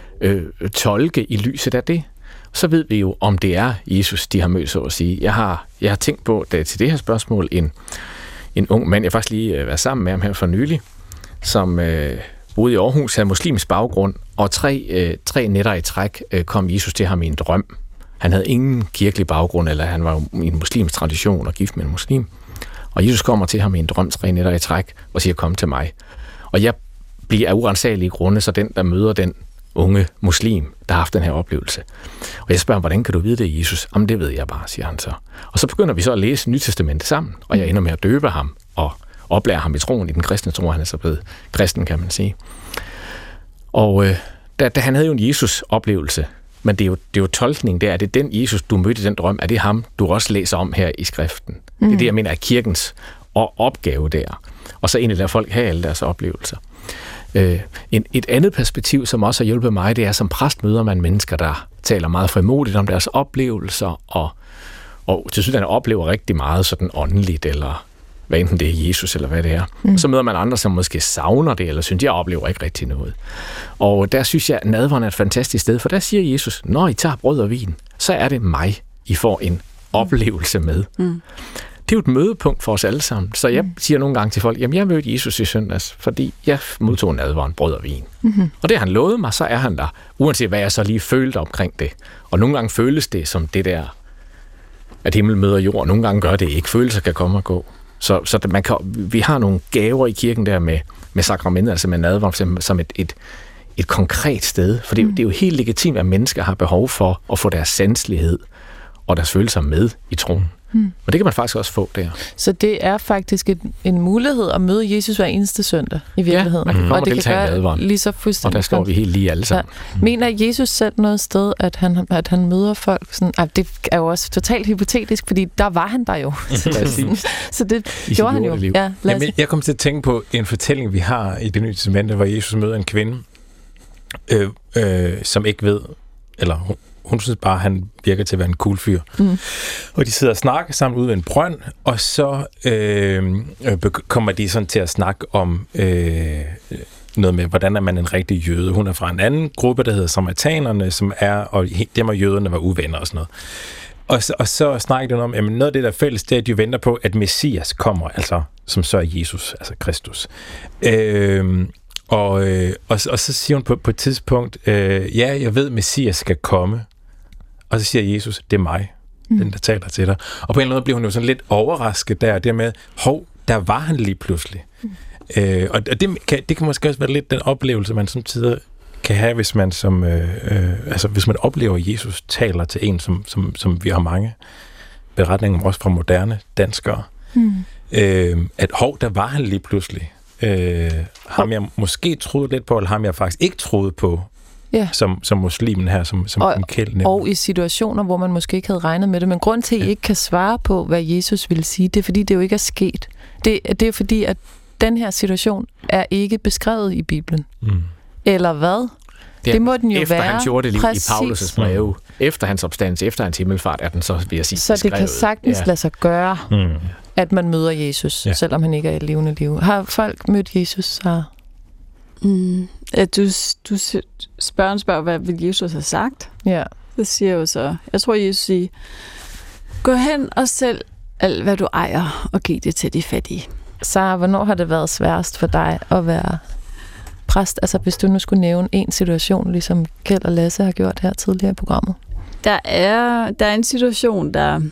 tolke i lyset af det. Så ved vi jo, om det er Jesus, de har mødt, så at sige. Jeg har tænkt på, da til det her spørgsmål, en ung mand, jeg faktisk lige været sammen med ham her for nylig, som boede i Aarhus, havde muslimsk baggrund, og 3 nætter i træk kom Jesus til ham i en drøm. Han havde ingen kirkelig baggrund, eller han var i en muslimsk tradition og gift med en muslim. Og Jesus kommer til ham i en drøm 3 nætter i træk og siger, kom til mig. Og jeg bliver af uransagelige grunde, så den, der møder den unge muslim, der har haft den her oplevelse. Og jeg spørger ham, hvordan kan du vide det, Jesus? Jamen, det ved jeg bare, siger han så. Og så begynder vi så at læse Nyt Testamente sammen, og jeg ender med at døbe ham og oplære ham i troen, i den kristne tro. Han er så blevet kristen, kan man sige. Og da han havde jo en Jesus-oplevelse, men det er jo tolkning der. Er det den Jesus, du mødte i den drøm? Er det ham, du også læser om her i skriften? Det er det, jeg mener, er kirkens opgave der. Og så egentlig lader folk have alle deres oplevelser. Et andet perspektiv, som også har hjulpet mig, det er, som præst møder man mennesker, der taler meget frimodigt om deres oplevelser, og til synligheden oplever rigtig meget sådan åndeligt, eller hvad enten det er Jesus, eller hvad det er. Så møder man andre, som måske savner det, eller synes, jeg oplever ikke rigtig noget. Og der synes jeg, at nadveren er et fantastisk sted, for der siger Jesus, når I tager brød og vin, så er det mig, I får en oplevelse med. Det er jo et mødepunkt for os alle sammen. Så jeg siger nogle gange til folk, jamen jeg mødte Jesus i søndags, fordi jeg modtog nadveren, brød og vin. Og det han lovede mig, så er han der, uanset hvad jeg så lige følte omkring det. Og nogle gange føles det som det der, at himmel møder jord, nogle gange gør det ikke. Følelser kan komme og gå. Så vi har nogle gaver i kirken der med sakramentet, altså med nadveren som et konkret sted. For det er jo helt legitimt, at mennesker har behov for at få deres sanselighed og deres følelser med i troen. Og det kan man faktisk også få der. Så det er faktisk en mulighed at møde Jesus hver eneste søndag i virkeligheden. Ja, man kan komme og deltage i nadveren. Lige så fuldstændig. Og der står vi helt lige alle sammen. Ja. Mener Jesus selv noget sted, at han møder folk? Sådan, det er jo også totalt hypotetisk, fordi der var han der jo. Så det gjorde han jo. Ja, jeg kom til at tænke på en fortælling, vi har i Det Nye Testamente, hvor Jesus møder en kvinde, som ikke ved, eller hun synes bare, han virker til at være en cool fyr. Og de sidder og snakker sammen ude ved en brønd, og så kommer de sådan til at snakke om noget med, hvordan er man en rigtig jøde. Hun er fra en anden gruppe, der hedder samaritanerne, som er, og dem og jøderne var uvenner og sådan noget. Og så snakker de om, at noget af det, der er fælles, det er, at de venter på, at Messias kommer, altså som så er Jesus, altså Kristus. Og så siger hun på et tidspunkt, ja, jeg ved, Messias skal komme. Og så siger Jesus, det er mig, den der taler til dig. Og på en eller anden måde bliver hun jo sådan lidt overrasket der med, der var han lige pludselig. Og det kan måske også være lidt den oplevelse, man samtidig kan have, hvis man hvis man oplever, at Jesus taler til en, som vi har mange beretninger om, også fra moderne danskere. At der var han lige pludselig. Ham jeg måske troede lidt på, eller ham jeg faktisk ikke troede på, som muslimen her, som Kjeld nævner. Og i situationer, hvor man måske ikke havde regnet med det. Men grund til, at I ikke kan svare på, hvad Jesus ville sige, det er, fordi det jo ikke er sket. Det er fordi, at den her situation er ikke beskrevet i Bibelen. Eller hvad? Det må den jo efter være. Efter hans jordeliv i Præcis. Paulus' breve, efter hans opstandelse, efter hans himmelfart, er den så, vil jeg sige, så beskrevet. Det kan sagtens lade sig gøre, at man møder Jesus, selvom han ikke er i levende liv. Har folk mødt Jesus, så? Ja, du spørger, hvad vil Jesus have sagt? Ja. Det siger jo så, jeg tror, Jesus siger, gå hen og sælg alt, hvad du ejer, og giv det til de fattige. Sara, hvornår har det været sværest for dig at være præst? Altså, hvis du nu skulle nævne en situation, ligesom Kjeld og Lasse har gjort her tidligere i programmet. Der er en situation, der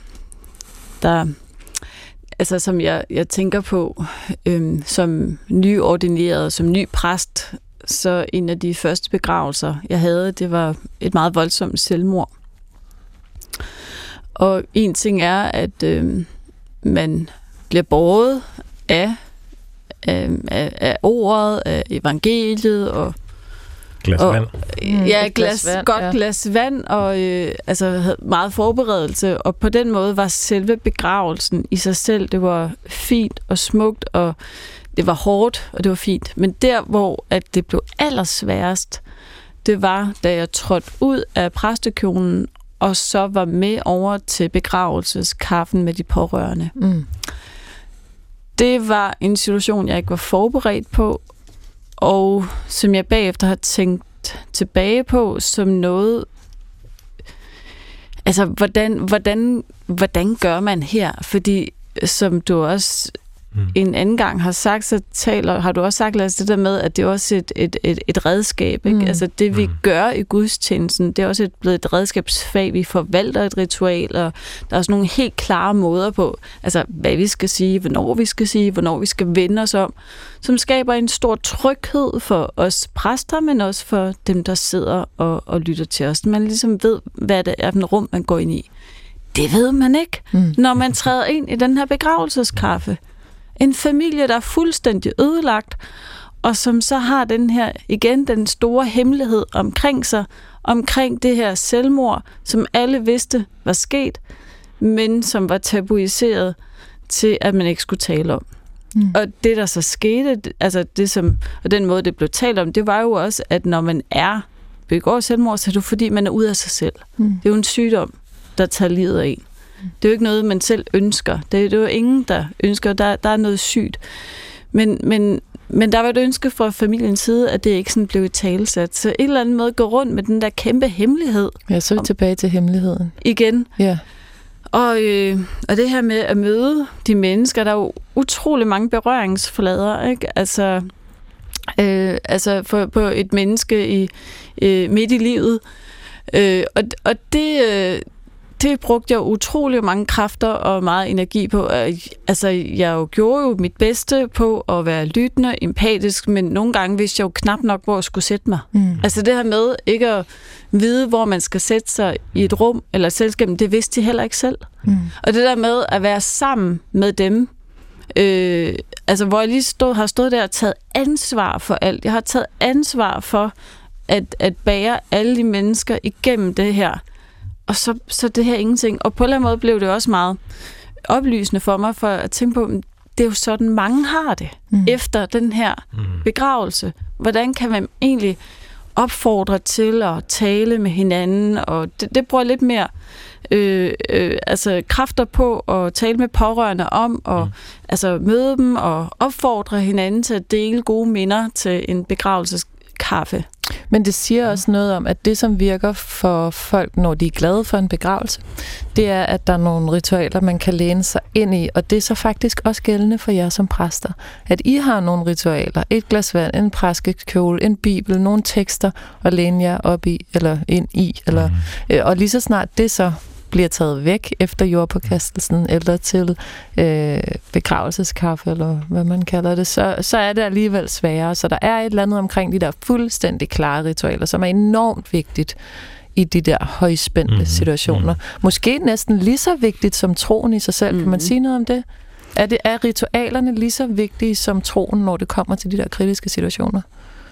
altså, som jeg tænker på, som nyordineret, som ny præst, så en af de første begravelser, jeg havde, det var et meget voldsomt selvmord. Og en ting er, at man bliver båret af ordet, af evangeliet og glas vand. Glas vand og altså meget forberedelse, og på den måde var selve begravelsen i sig selv, det var fint og smukt, og det var hårdt, og det var fint. Men der, hvor at det blev allersværest, det var, da jeg trådte ud af præstekjolen, og så var med over til begravelseskaffen med de pårørende. Det var en situation, jeg ikke var forberedt på, og som jeg bagefter har tænkt tilbage på som noget, altså hvordan gør man her? Fordi som du også en anden gang har sagt, så har du også sagt, Lasse, det der med, at det er også et redskab. Ikke? Altså det vi gør i gudstjenesten, det er også blevet et redskabsfag. Vi forvalter et ritual, og der er også nogle helt klare måder på, altså hvad vi skal sige, hvornår vi skal vende os om, som skaber en stor tryghed for os præster, men også for dem, der sidder og lytter til os. Man ligesom ved, hvad det er for en rum, man går ind i. Det ved man ikke, når man træder ind i den her begravelseskaffe. En familie, der er fuldstændig ødelagt, og som så har den store hemmelighed omkring sig, omkring det her selvmord, som alle vidste var sket, men som var tabuiseret til, at man ikke skulle tale om. Og det, der så skete, altså og den måde, det blev talt om, det var jo også, at når man begår selvmord, så er det fordi, man er ude af sig selv. Det er jo en sygdom, der tager livet af en. Det er jo ikke noget, man selv ønsker. Det er jo ingen, der ønsker. Der er noget sygt. Men der var et ønske fra familiens side, at det ikke sådan blev italesat. Så et eller andet måde gå rundt med den der kæmpe hemmelighed. Ja, så tilbage til hemmeligheden. Igen. Ja. Og det her med at møde de mennesker, der er jo utrolig mange berøringsflader, ikke? Altså på et menneske midt i livet. Og det brugte jeg utrolig mange kræfter og meget energi på. Altså, jeg gjorde jo mit bedste på at være lyttende, empatisk, men nogle gange vidste jeg jo knap nok, hvor jeg skulle sætte mig. Altså det her med ikke at vide, hvor man skal sætte sig i et rum eller et selskab, det vidste de heller ikke selv. Og det der med at være sammen med dem, altså hvor jeg lige har stået der og taget ansvar for alt. Jeg har taget ansvar for at bære alle de mennesker igennem det her. Og så det her ingenting. Og på en eller anden måde blev det også meget oplysende for mig, for at tænke på, det er jo sådan, mange har det efter den her begravelse. Hvordan kan man egentlig opfordre til at tale med hinanden? Og det bruger lidt mere altså kræfter på at tale med pårørende om, og altså møde dem og opfordre hinanden til at dele gode minder til en begravelseskaffe. Men det siger også noget om, at det, som virker for folk, når de er glade for en begravelse, det er, at der er nogle ritualer, man kan læne sig ind i, og det er så faktisk også gældende for jer som præster, at I har nogle ritualer, et glas vand, en præstekjole, en bibel, nogle tekster at læne jer op i, eller ind i, eller, og lige så snart det så bliver taget væk efter jordpåkastelsen, eller til begravelseskaffe, eller hvad man kalder det, så er det alligevel sværere. Så der er et eller andet omkring de der fuldstændig klare ritualer, som er enormt vigtigt i de der højspændte situationer. Måske næsten lige så vigtigt som troen i sig selv. Kan man sige noget om det? Er ritualerne lige så vigtige som troen, når det kommer til de der kritiske situationer?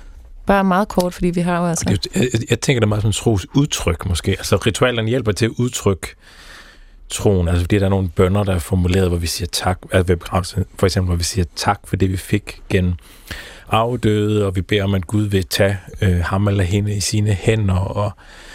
Bare meget kort, fordi vi har jo altså... Jeg tænker det meget som tros udtryk, måske. Altså, ritualerne hjælper til at udtrykke troen. Altså, fordi der er nogle bønner, der er formuleret, hvor vi siger tak. Altså, ved begravelsen, for eksempel, hvor vi siger tak for det, vi fik gennem afdøde, og vi beder om, at Gud vil tage ham eller hende i sine hænder, og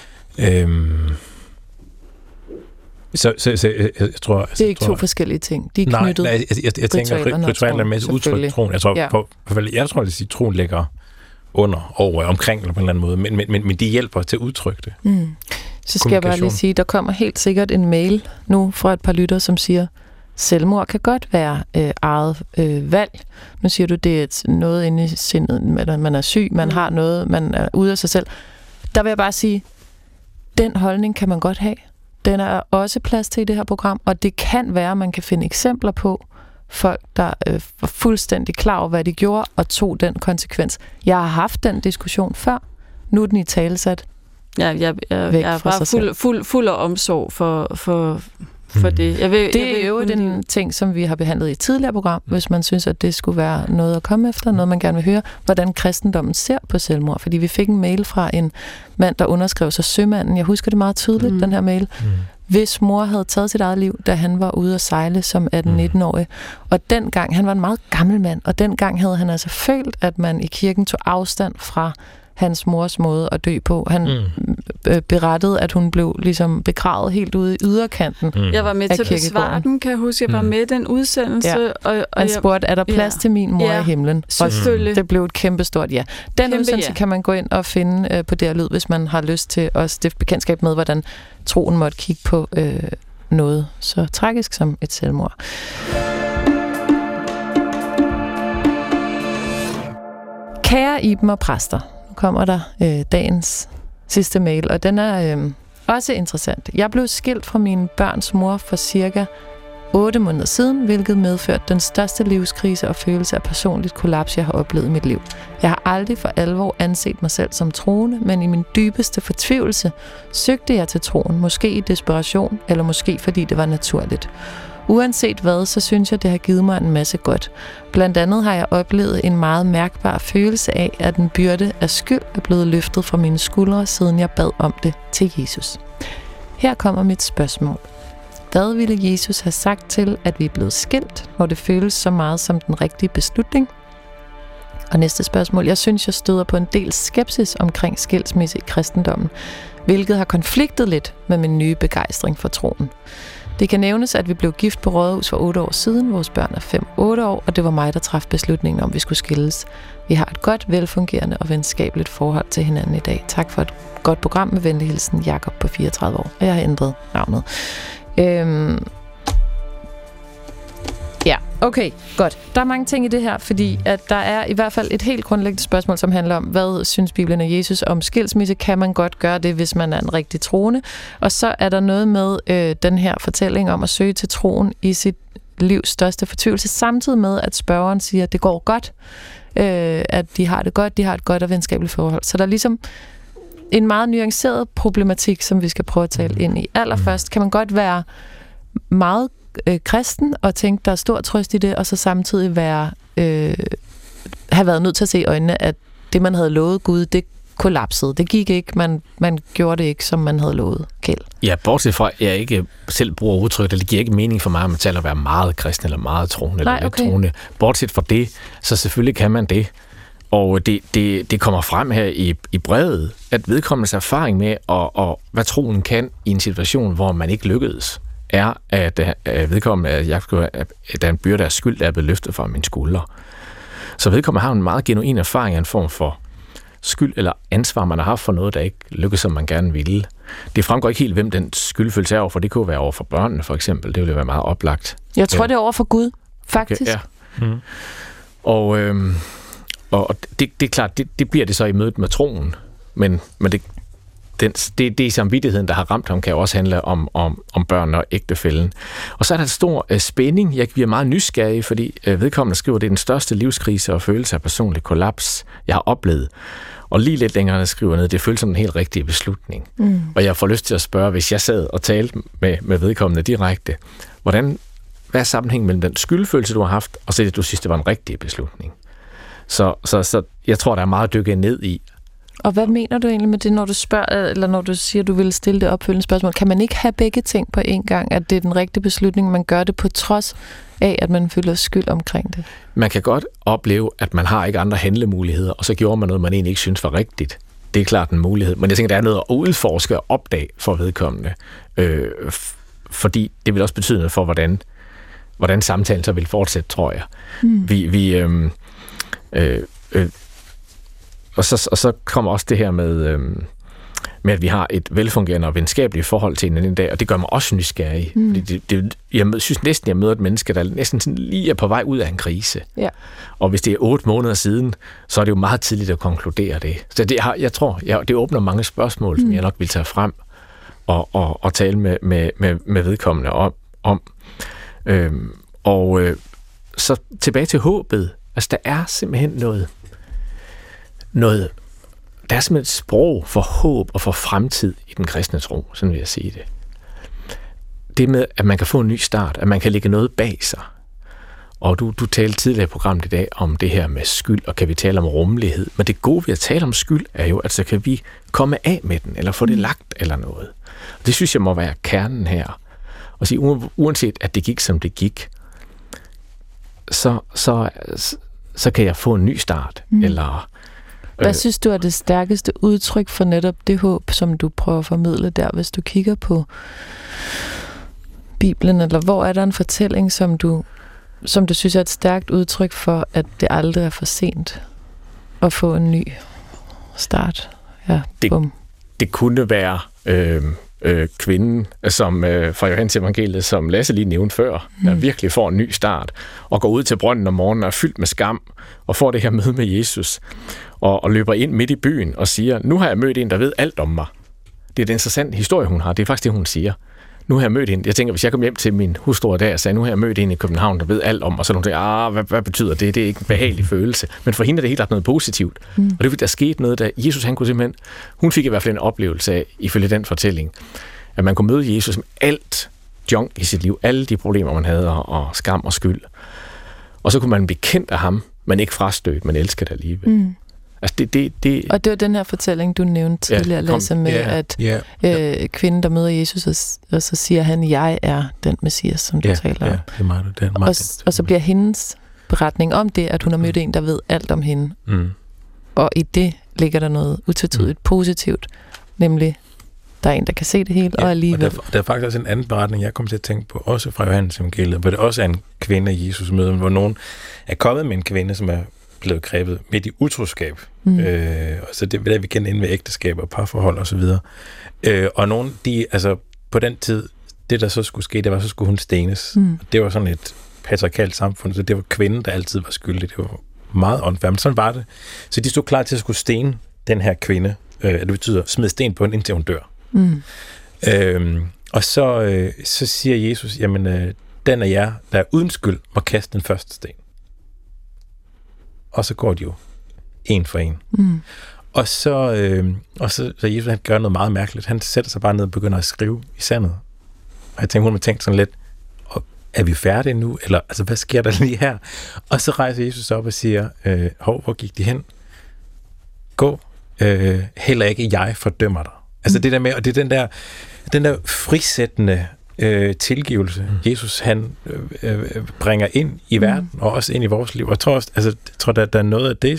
Så jeg tror... Det er ikke to forskellige ting. De er knyttet. Nej, jeg tænker, at ritualer er med udtryk troen. Jeg tror, jeg vil sige, at troen ligger under, over, omkring, eller på en eller anden måde, men de hjælper til at udtrykke det. Så skal jeg bare lige sige, der kommer helt sikkert en mail nu fra et par lytter, som siger, selvmord kan godt være eget valg. Nu siger du, det er noget inde i sindet, man er syg, man har noget, man er ude af sig selv. Der vil jeg bare sige, den holdning kan man godt have. Den er også plads til i det her program, og det kan være, at man kan finde eksempler på folk, der var fuldstændig klar over, hvad de gjorde, og tog den konsekvens. Jeg har haft den diskussion før. Nu er den i talesat. Jeg er bare fuld af omsorg for det. Det er jo den ting, som vi har behandlet i et tidligere program, hvis man synes, at det skulle være noget at komme efter, noget man gerne vil høre, hvordan kristendommen ser på selvmord. Fordi vi fik en mail fra en mand, der underskrev sig Sømanden. Jeg husker det meget tydeligt, den her mail. Hvis mor havde taget sit eget liv, da han var ude at sejle som 18-19-årig. Og dengang, han var en meget gammel mand, og dengang havde han altså følt, at man i kirken tog afstand fra hans mors måde at dø på. Han berettede, at hun blev ligesom begravet helt ude i yderkanten. Jeg var med til at besvare den, kan jeg huske. Jeg var med i den udsendelse. Ja. Og han spurgte, er der plads til min mor i himlen? Selvfølgelig. Det blev et kæmpestort ja. Den udsendelse kan man gå ind og finde på DR Lyd, hvis man har lyst til at stifte bekendtskab med, hvordan troen måtte kigge på noget så tragisk som et selvmord. Kære Iben og præster, kommer der dagens sidste mail, og den er også interessant. Jeg blev skilt fra mine børns mor for cirka 8 måneder siden, hvilket medførte den største livskrise og følelse af personligt kollaps, jeg har oplevet i mit liv. Jeg har aldrig for alvor anset mig selv som troende, men i min dybeste fortvivlelse søgte jeg til troen, måske i desperation, eller måske fordi det var naturligt. Uanset hvad, så synes jeg, det har givet mig en masse godt. Blandt andet har jeg oplevet en meget mærkbar følelse af, at en byrde af skyld er blevet løftet fra mine skuldre, siden jeg bad om det til Jesus. Her kommer mit spørgsmål. Hvad ville Jesus have sagt til, at vi er blevet skilt, når det føles så meget som den rigtige beslutning? Og næste spørgsmål. Jeg synes, jeg støder på en del skepsis omkring skilsmisse i kristendommen, hvilket har konfliktet lidt med min nye begejstring for troen. Det kan nævnes, at vi blev gift på Rådhus for 8 år siden. Vores børn er 5-8 år, og det var mig, der traf beslutningen om, at vi skulle skilles. Vi har et godt, velfungerende og venskabeligt forhold til hinanden i dag. Tak for et godt program. Med venlig hilsen, Jakob på 34 år. Og jeg har ændret navnet. Ja, okay, godt. Der er mange ting i det her, fordi at der er i hvert fald et helt grundlæggende spørgsmål, som handler om, hvad synes Bibelen og Jesus om skilsmisse? Kan man godt gøre det, hvis man er en rigtig troende? Og så er der noget med den her fortælling om at søge til troen i sit livs største fortvivlelse, samtidig med, at spørgeren siger, at det går godt, at de har et godt og venskabeligt forhold. Så der er ligesom en meget nuanceret problematik, som vi skal prøve at tale ind i. Allerførst kan man godt være meget kristen og tænke, der er stor trøst i det, og så samtidig have været nødt til at se i øjnene, at det, man havde lovet Gud, det kollapsede. Det gik ikke. Man gjorde det ikke, som man havde lovet. Kjeld. Ja, bortset fra, at jeg ikke selv bruger udtrykket, det giver ikke mening for mig, at man taler at være meget kristen eller meget troende. Nej, eller lidt troende. Bortset fra det, så selvfølgelig kan man det. Og det kommer frem her i brevet, at vedkommendes erfaring med, og hvad troen kan i en situation, hvor man ikke lykkedes, er, at vedkommende, at der er en byrde af skyld, der er blevet løftet fra mine skuldre. Så vedkommende har en meget genuin erfaring af en form for skyld eller ansvar, man har haft for noget, der ikke lykkes, som man gerne ville. Det fremgår ikke helt, hvem den skyldfølelse er over for. Det kunne være over for børnene, for eksempel. Det ville være meget oplagt. Jeg tror, det er over for Gud, faktisk. Okay, ja. Og det er klart, det bliver det så i mødet med troen. Men det er samvittigheden, der har ramt ham, kan også handle om børn og ægtefælden. Og så er der en stor spænding. Jeg bliver meget nysgerrig, fordi vedkommende skriver, at det er den største livskrise og følelse af personlig kollaps, jeg har oplevet. Og lige lidt længere skriver ned, det føles som en helt rigtig beslutning. Og jeg får lyst til at spørge, hvis jeg sad og talte med vedkommende direkte, hvad er sammenhængen mellem den skyldfølelse, du har haft, og så det, du synes, det var en rigtig beslutning? Så jeg tror, der er meget dykket ned i. Og hvad mener du egentlig med det, når du spørger, eller når du siger, du vil stille det opfølgende spørgsmål? Kan man ikke have begge ting på én gang? At det er den rigtige beslutning, man gør det på trods af, at man føler skyld omkring det? Man kan godt opleve, at man har ikke andre handlemuligheder, og så gjorde man noget, man egentlig ikke synes var rigtigt. Det er klart en mulighed. Men jeg tænker, der er noget at udforske og opdage for vedkommende. Fordi det vil også betyde noget for, hvordan samtalen så vil fortsætte, tror jeg. Og så kommer også det her med, at vi har et velfungerende og venskabeligt forhold til hinanden i dag, og det gør mig også nysgerrig. Jeg synes næsten, jeg møder et menneske, der næsten sådan lige er på vej ud af en krise. Ja. Og hvis det er 8 måneder siden, så er det jo meget tidligt at konkludere det. Så jeg tror, det åbner mange spørgsmål, som jeg nok vil tage frem og tale med vedkommende om. Så tilbage til håbet. Altså, der er simpelthen noget der er simpelthen et sprog for håb og for fremtid i den kristne tro, sådan vil jeg sige det. Det med, at man kan få en ny start, at man kan lægge noget bag sig. Og du talte tidligere i programmet i dag om det her med skyld, og kan vi tale om rummelighed. Men det gode ved at tale om skyld er jo, at så kan vi komme af med den, eller få det lagt eller noget. Og det synes jeg må være kernen her. Og sige, uanset at det gik, som det gik, så kan jeg få en ny start, eller... Hvad synes du er det stærkeste udtryk for netop det håb, som du prøver at formidle der, hvis du kigger på Bibelen, eller hvor er der en fortælling, som du synes er et stærkt udtryk for, at det aldrig er for sent at få en ny start? Ja, det kunne være kvinden som fra Johannes evangeliet, som Lasse lige nævnte før, der virkelig får en ny start, og går ud til brønden om morgenen og er fyldt med skam, og får det her møde med Jesus, og løber ind midt i byen og siger, nu har jeg mødt en, der ved alt om mig. Det er den interessante historie, hun har. Det er faktisk det, hun siger. Nu har jeg mødt en. Jeg tænker, hvis jeg kom hjem til min hustru der og sagde, nu har jeg mødt en i København, der ved alt om, og så hun siger, hvad betyder det? Det er ikke en behagelig følelse. Men for hende er det helt klart noget positivt. Og det der skete noget, da Jesus, han kunne simpelthen, hun fik i hvert fald en oplevelse af, ifølge den fortælling, at man kunne møde Jesus med alt junk i sit liv, alle de problemer, man havde, og skam og skyld. Og så kunne man blive kendt af ham, men ikke frastødt, men elsket alligevel. Altså Og det var den her fortælling, du nævnte tidligere, Lasse, med at kvinden, der møder Jesus, og så siger han, jeg er den Messias, som du taler om. Ja, det er meget, og så bliver hendes beretning om det, at hun har mødt en, der ved alt om hende. Og i det ligger der noget utvetydigt positivt, nemlig, der er en, der kan se det hele, og alligevel... Og der er faktisk også en anden beretning, jeg kom til at tænke på, også fra Johannes evangeliet, hvor det også er en kvinde, Jesus møder, hvor nogen er kommet med en kvinde, som er blevet grebet midt i utroskab. Og så det vil vi kende ind ved ægteskab og parforhold og så videre. Og nogen, på den tid, det der så skulle ske, det var, så skulle hun stenes. Det var sådan et patriarkalt samfund, så det var kvinden, der altid var skyldig. Det var meget unfair, men sådan var det. Så de stod klar til at skulle stene den her kvinde. Det betyder smide sten på hende, indtil hun dør. Og så siger Jesus, jamen, den af jer, der er uden skyld, må kaste den første sten. Og så går de jo en for en. Og så Jesus, han gør noget meget mærkeligt. Han sætter sig bare ned og begynder at skrive i sandet. Og jeg tænkte, hun har tænkt sådan lidt, er vi færdige nu? Eller altså, hvad sker der lige her? Og så rejser Jesus op og siger, hvor gik de hen? Gå. Heller ikke jeg fordømmer dig. Altså det der med, og det er den der frisættende tilgivelse, Jesus han bringer ind i verden, og også ind i vores liv. Og jeg tror der er noget af det,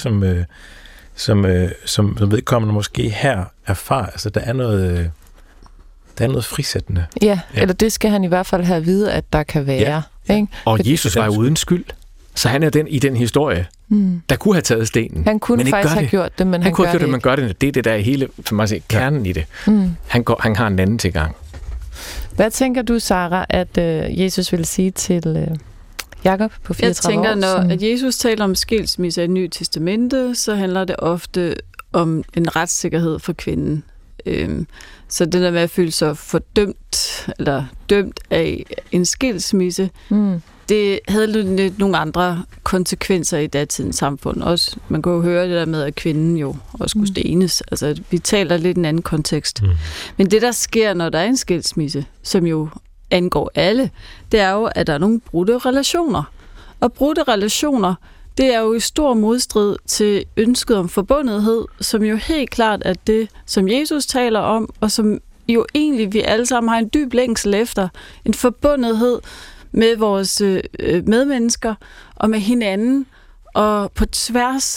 som vedkommende måske her erfarer. Altså der er noget frisættende. Ja, eller det skal han i hvert fald have at vide, at der kan være. Ja. Ikke? Og Jesus var jo uden skyld. Så han er den i den historie, der kunne have taget stenen. Han kunne faktisk have gjort det, men han kunne have gjort det, men gør det. Det er det, der er hele, for mig at se, kernen i det. Han har en anden tilgang. Hvad tænker du, Sara, at Jesus ville sige til Jakob på 34 år? Jeg tænker, når Jesus taler om skilsmisse i Det Nye Testamente, så handler det ofte om en retssikkerhed for kvinden. Så det der med at føle sig fordømt eller dømt af en skilsmisse, det havde lidt nogle andre konsekvenser i datidens samfund. Også, man kunne jo høre det der med, at kvinden jo også skulle stenes. Altså, vi taler lidt en anden kontekst. Men det, der sker, når der er en skilsmisse, som jo angår alle, det er jo, at der er nogle brudte relationer. Og brudte relationer, det er jo i stor modstrid til ønsket om forbundethed, som jo helt klart er det, som Jesus taler om, og som jo egentlig vi alle sammen har en dyb længsel efter. En forbundethed med vores medmennesker og med hinanden, og på tværs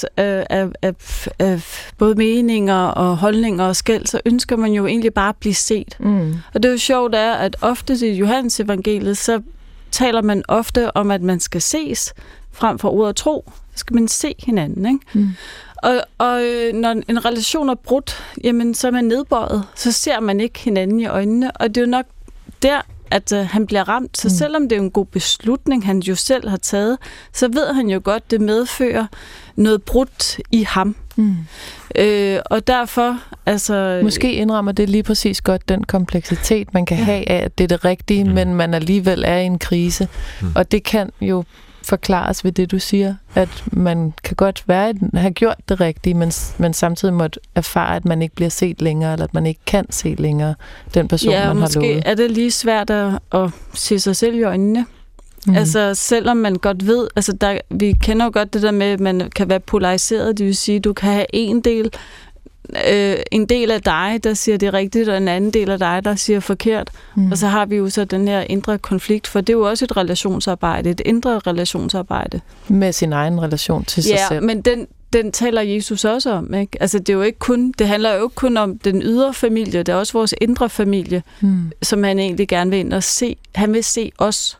af både meninger og holdninger og skæld, så ønsker man jo egentlig bare at blive set. Og det er jo sjovt, at ofte i Johannes evangeliet, så taler man ofte om, at man skal ses frem for ordet tro. Så skal man se hinanden, ikke? Og når en relation er brudt, jamen, så er man nedbøjet. Så ser man ikke hinanden i øjnene. Og det er jo nok der, at han bliver ramt. Så selvom det er en god beslutning, han jo selv har taget, så ved han jo godt, det medfører noget brudt i ham. Og derfor... altså måske indrammer det lige præcis godt den kompleksitet, man kan have af, at det er det rigtige, men man alligevel er i en krise. Og det kan jo forklares ved det, du siger, at man kan godt have gjort det rigtige, men samtidig måtte erfare, at man ikke bliver set længere, eller at man ikke kan se længere den person, man har lovet. Ja, måske er det lige svært at se sig selv i øjnene. Altså, selvom man godt ved, altså vi kender jo godt det der med, at man kan være polariseret, det vil sige, du kan have en del af dig, der siger det rigtigt, og en anden del af dig, der siger forkert. Og så har vi jo så den her indre konflikt, for det er jo også et relationsarbejde, et indre relationsarbejde. Med sin egen relation til sig selv. Ja, men den taler Jesus også om, ikke? Altså, det handler jo ikke kun om den ydre familie, det er også vores indre familie, som han egentlig gerne vil ind og se. Han vil se os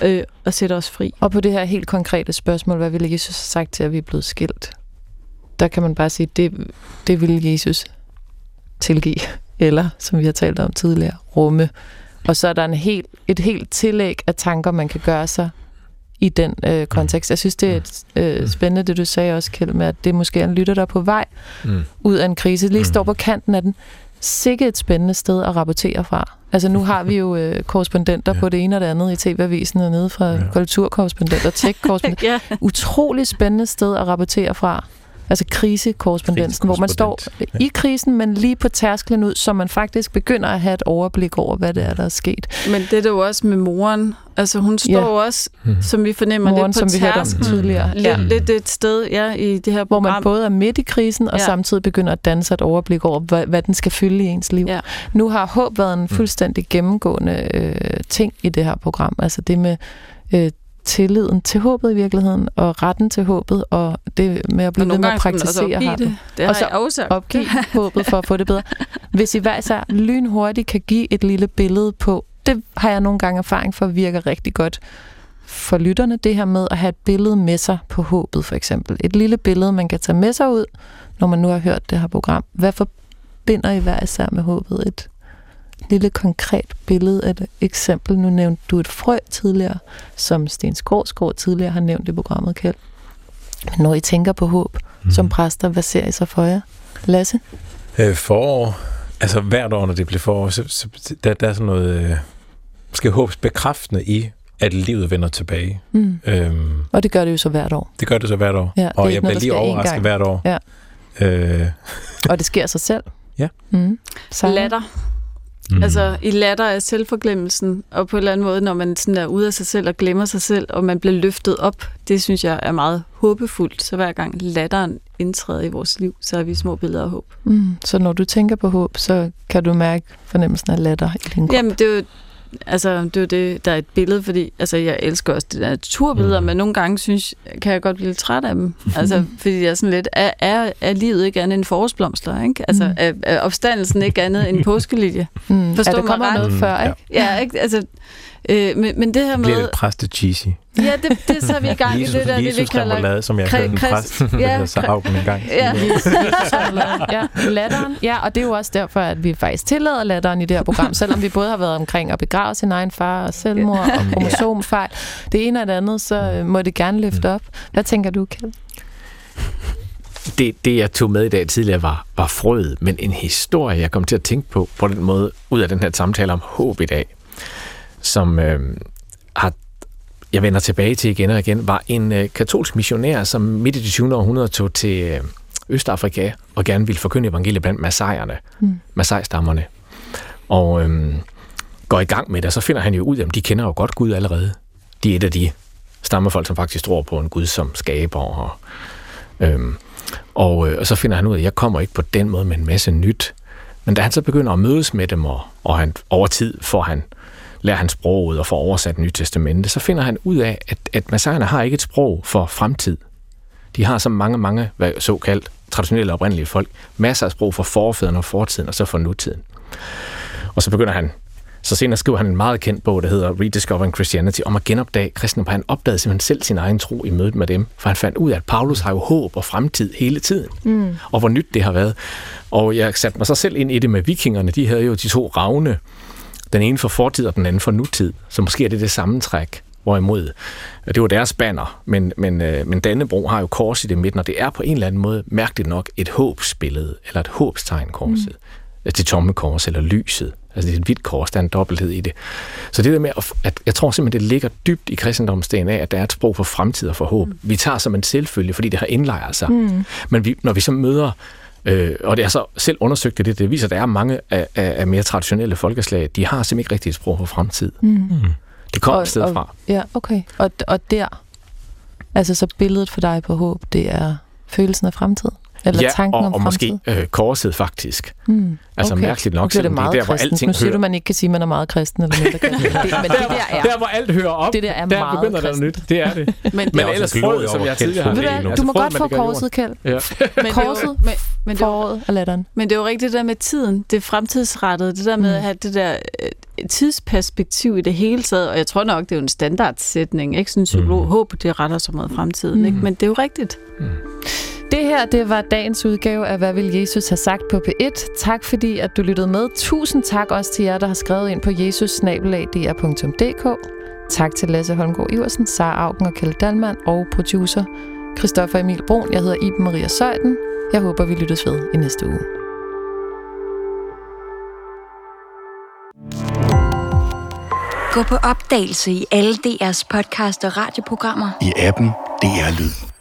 og sætte os fri. Og på det her helt konkrete spørgsmål, hvad ville Jesus have sagt til, at vi er blevet skilt? Der kan man bare sige, det ville Jesus tilgive, eller, som vi har talt om tidligere, rumme. Og så er der et helt tillæg af tanker, man kan gøre sig i den kontekst. Jeg synes, det er spændende, det du sagde også, Kjeld, med at det måske er en lytter, der er på vej ud af en krise. Lige står på kanten af den. Sikke et spændende sted at rapportere fra. Altså nu har vi jo korrespondenter på det ene og det andet i TV-avisen og nede fra kulturkorrespondenter, tech-korrespondenter. Utroligt spændende sted at rapportere fra. Altså krisekorrespondensen, hvor man står i krisen, men lige på tærsklen ud, så man faktisk begynder at have et overblik over, hvad det er, der er sket. Men det er det jo også med moren. Altså hun står også, som vi fornemmer, moren, lidt på tærsklen. Lidt et sted i det her program. Hvor man både er midt i krisen, og samtidig begynder at danne sig et overblik over, hvad den skal fylde i ens liv. Ja. Nu har håb været en fuldstændig gennemgående ting i det her program. Altså det med... tilliden til håbet i virkeligheden, og retten til håbet, og det med at blive ved med at praktisere det. Det har jeg også sagt. Opgive håbet for at få det bedre. Hvis I hver især lynhurtigt kan give et lille billede på, det har jeg nogle gange erfaring for, virker rigtig godt for lytterne, det her med at have et billede med sig på håbet, for eksempel. Et lille billede, man kan tage med sig ud, når man nu har hørt det her program. Hvad forbinder I hver især med håbet? Et lille konkret billede af et eksempel. Nu nævnte du et frø tidligere, som Sten Skovsgaard tidligere har nævnt i programmet, Kjeld. Men når I tænker på håb som præster, hvad ser I så for jer? Lasse? Forår. Altså hvert år, når det bliver forår, så der er sådan noget måske håbsbekræftende i, at livet vender tilbage. Og det gør det jo så hvert år. Det gør det så hvert år. Ja, og jeg bliver lige overrasket hvert år. Ja. Og det sker sig selv. Ja. Latter. Altså i latter af selvforglemmelsen, og på en eller anden måde, når man sådan er ude af sig selv og glemmer sig selv, og man bliver løftet op, det synes jeg er meget håbefuldt. Så hver gang latteren indtræder i vores liv, så er vi små billeder af håb. Så når du tænker på håb, så kan du mærke fornemmelsen af latter i din krop? Jamen det er jo det, der er et billede, fordi altså, jeg elsker også de der naturbilleder, men nogle gange kan jeg godt blive lidt træt af dem. Altså, fordi jeg er sådan lidt, er livet ikke andet end forårsblomster, ikke? Altså, er opstandelsen ikke andet end påskelilje? Forstår der kommer noget før, ikke? Ja, ikke? Altså, men det her med... Det bliver lidt præste-cheesy. Ja, det så er vi i gang i det der, Jesus, det vi kalder... Lade, som jeg kaldte en præst, så afgen en gang. Ja, latteren. Ja, og det er jo også derfor, at vi faktisk tillader latteren i det her program, selvom vi både har været omkring at begrave sin egen far og selvmord og kromosomfejl. Det ene og det andet, så må det gerne løfte op. Hvad tænker du, Kjeld? Det, jeg tog med i dag tidligere, var frøet, men en historie, jeg kom til at tænke på den måde, ud af den her samtale om håb i dag, som jeg vender tilbage til igen og igen, var en katolsk missionær, som midt i det 20. århundrede tog til Østafrika og gerne ville forkynde evangeliet blandt masaierne, masai-stammerne. Og går i gang med det, og så finder han jo ud, at de kender jo godt Gud allerede. De er et af de stammefolk, som faktisk tror på en Gud som skaber. Og så finder han ud af, at jeg kommer ikke på den måde med en masse nyt. Men da han så begynder at mødes med dem, og han over tid lærer han sproget og får oversat Nye Testamente, så finder han ud af, at masaierne har ikke et sprog for fremtid. De har så mange såkaldt traditionelle oprindelige folk, masser af sprog for forfædrene og fortiden, og så for nutiden. Og så begynder han, så senere skriver han en meget kendt bog, der hedder Rediscovering Christianity, om at genopdage kristendom. Han opdagede simpelthen selv sin egen tro i mødet med dem, for han fandt ud af, at Paulus har jo håb og fremtid hele tiden, og hvor nyt det har været. Og jeg satte mig så selv ind i det med vikingerne. De havde jo de to ravne, den ene for fortid og den anden for nutid, så måske er det sammentræk. Hvorimod, det var deres banner, men Dannebro har jo kors i det midten, og det er på en eller anden måde mærkeligt nok et håbsbillede, eller et håbstegn korset. Det tomme kors, eller lyset. Altså det er et hvidt kors, der er en dobbelthed i det. Så det der med, at jeg tror simpelthen, det ligger dybt i kristendommens DNA, at der er et sprog for fremtid og for håb. Vi tager som en selvfølge, fordi det har indlejret sig. Men når vi så møder, og det er så selv undersøgt det viser, at der er mange af mere traditionelle folkeslag, de har simpelthen ikke rigtig et sprog for fremtid. Det kommer et sted fra. Ja, okay. Og der, altså så billedet for dig på håb, det er følelsen af fremtid? Eller tanken om og fremtid? Måske korset faktisk. Altså mærkeligt nok, det er meget der, hvor alting nu siger du, man ikke kan sige, at man er meget kristen eller mindre kristen. Men det der, hvor alt hører op, det der er der meget begynder der nyt. Det er det. Men ellers frød, som jeg tidligere har. Du må godt få korset, Kjeld. Ja. Korset, foråret og latteren. Men det er jo rigtigt det der med tiden. Det er fremtidsrettet. Det der med at have det der tidsperspektiv i det hele taget. Og jeg tror nok, det er jo en standardsætning. Ikke sådan en psykolog. Håb, det retter så meget fremtiden. Ikke? Men det er jo rigtigt. Det her, det var dagens udgave af Hvad vil Jesus have sagt på P1. Tak fordi, at du lyttede med. Tusind tak også til jer, der har skrevet ind på jesus@dr.dk. Tak til Lasse Holmgaard Iversen, Sara Auken og Kjeld Dalman og producer Christoffer Emil Brun. Jeg hedder Iben Maria Søjden. Jeg håber, vi lyttes ved i næste uge. Gå på opdagelse i alle DR's podcast og radioprogrammer. I appen DR Lyd.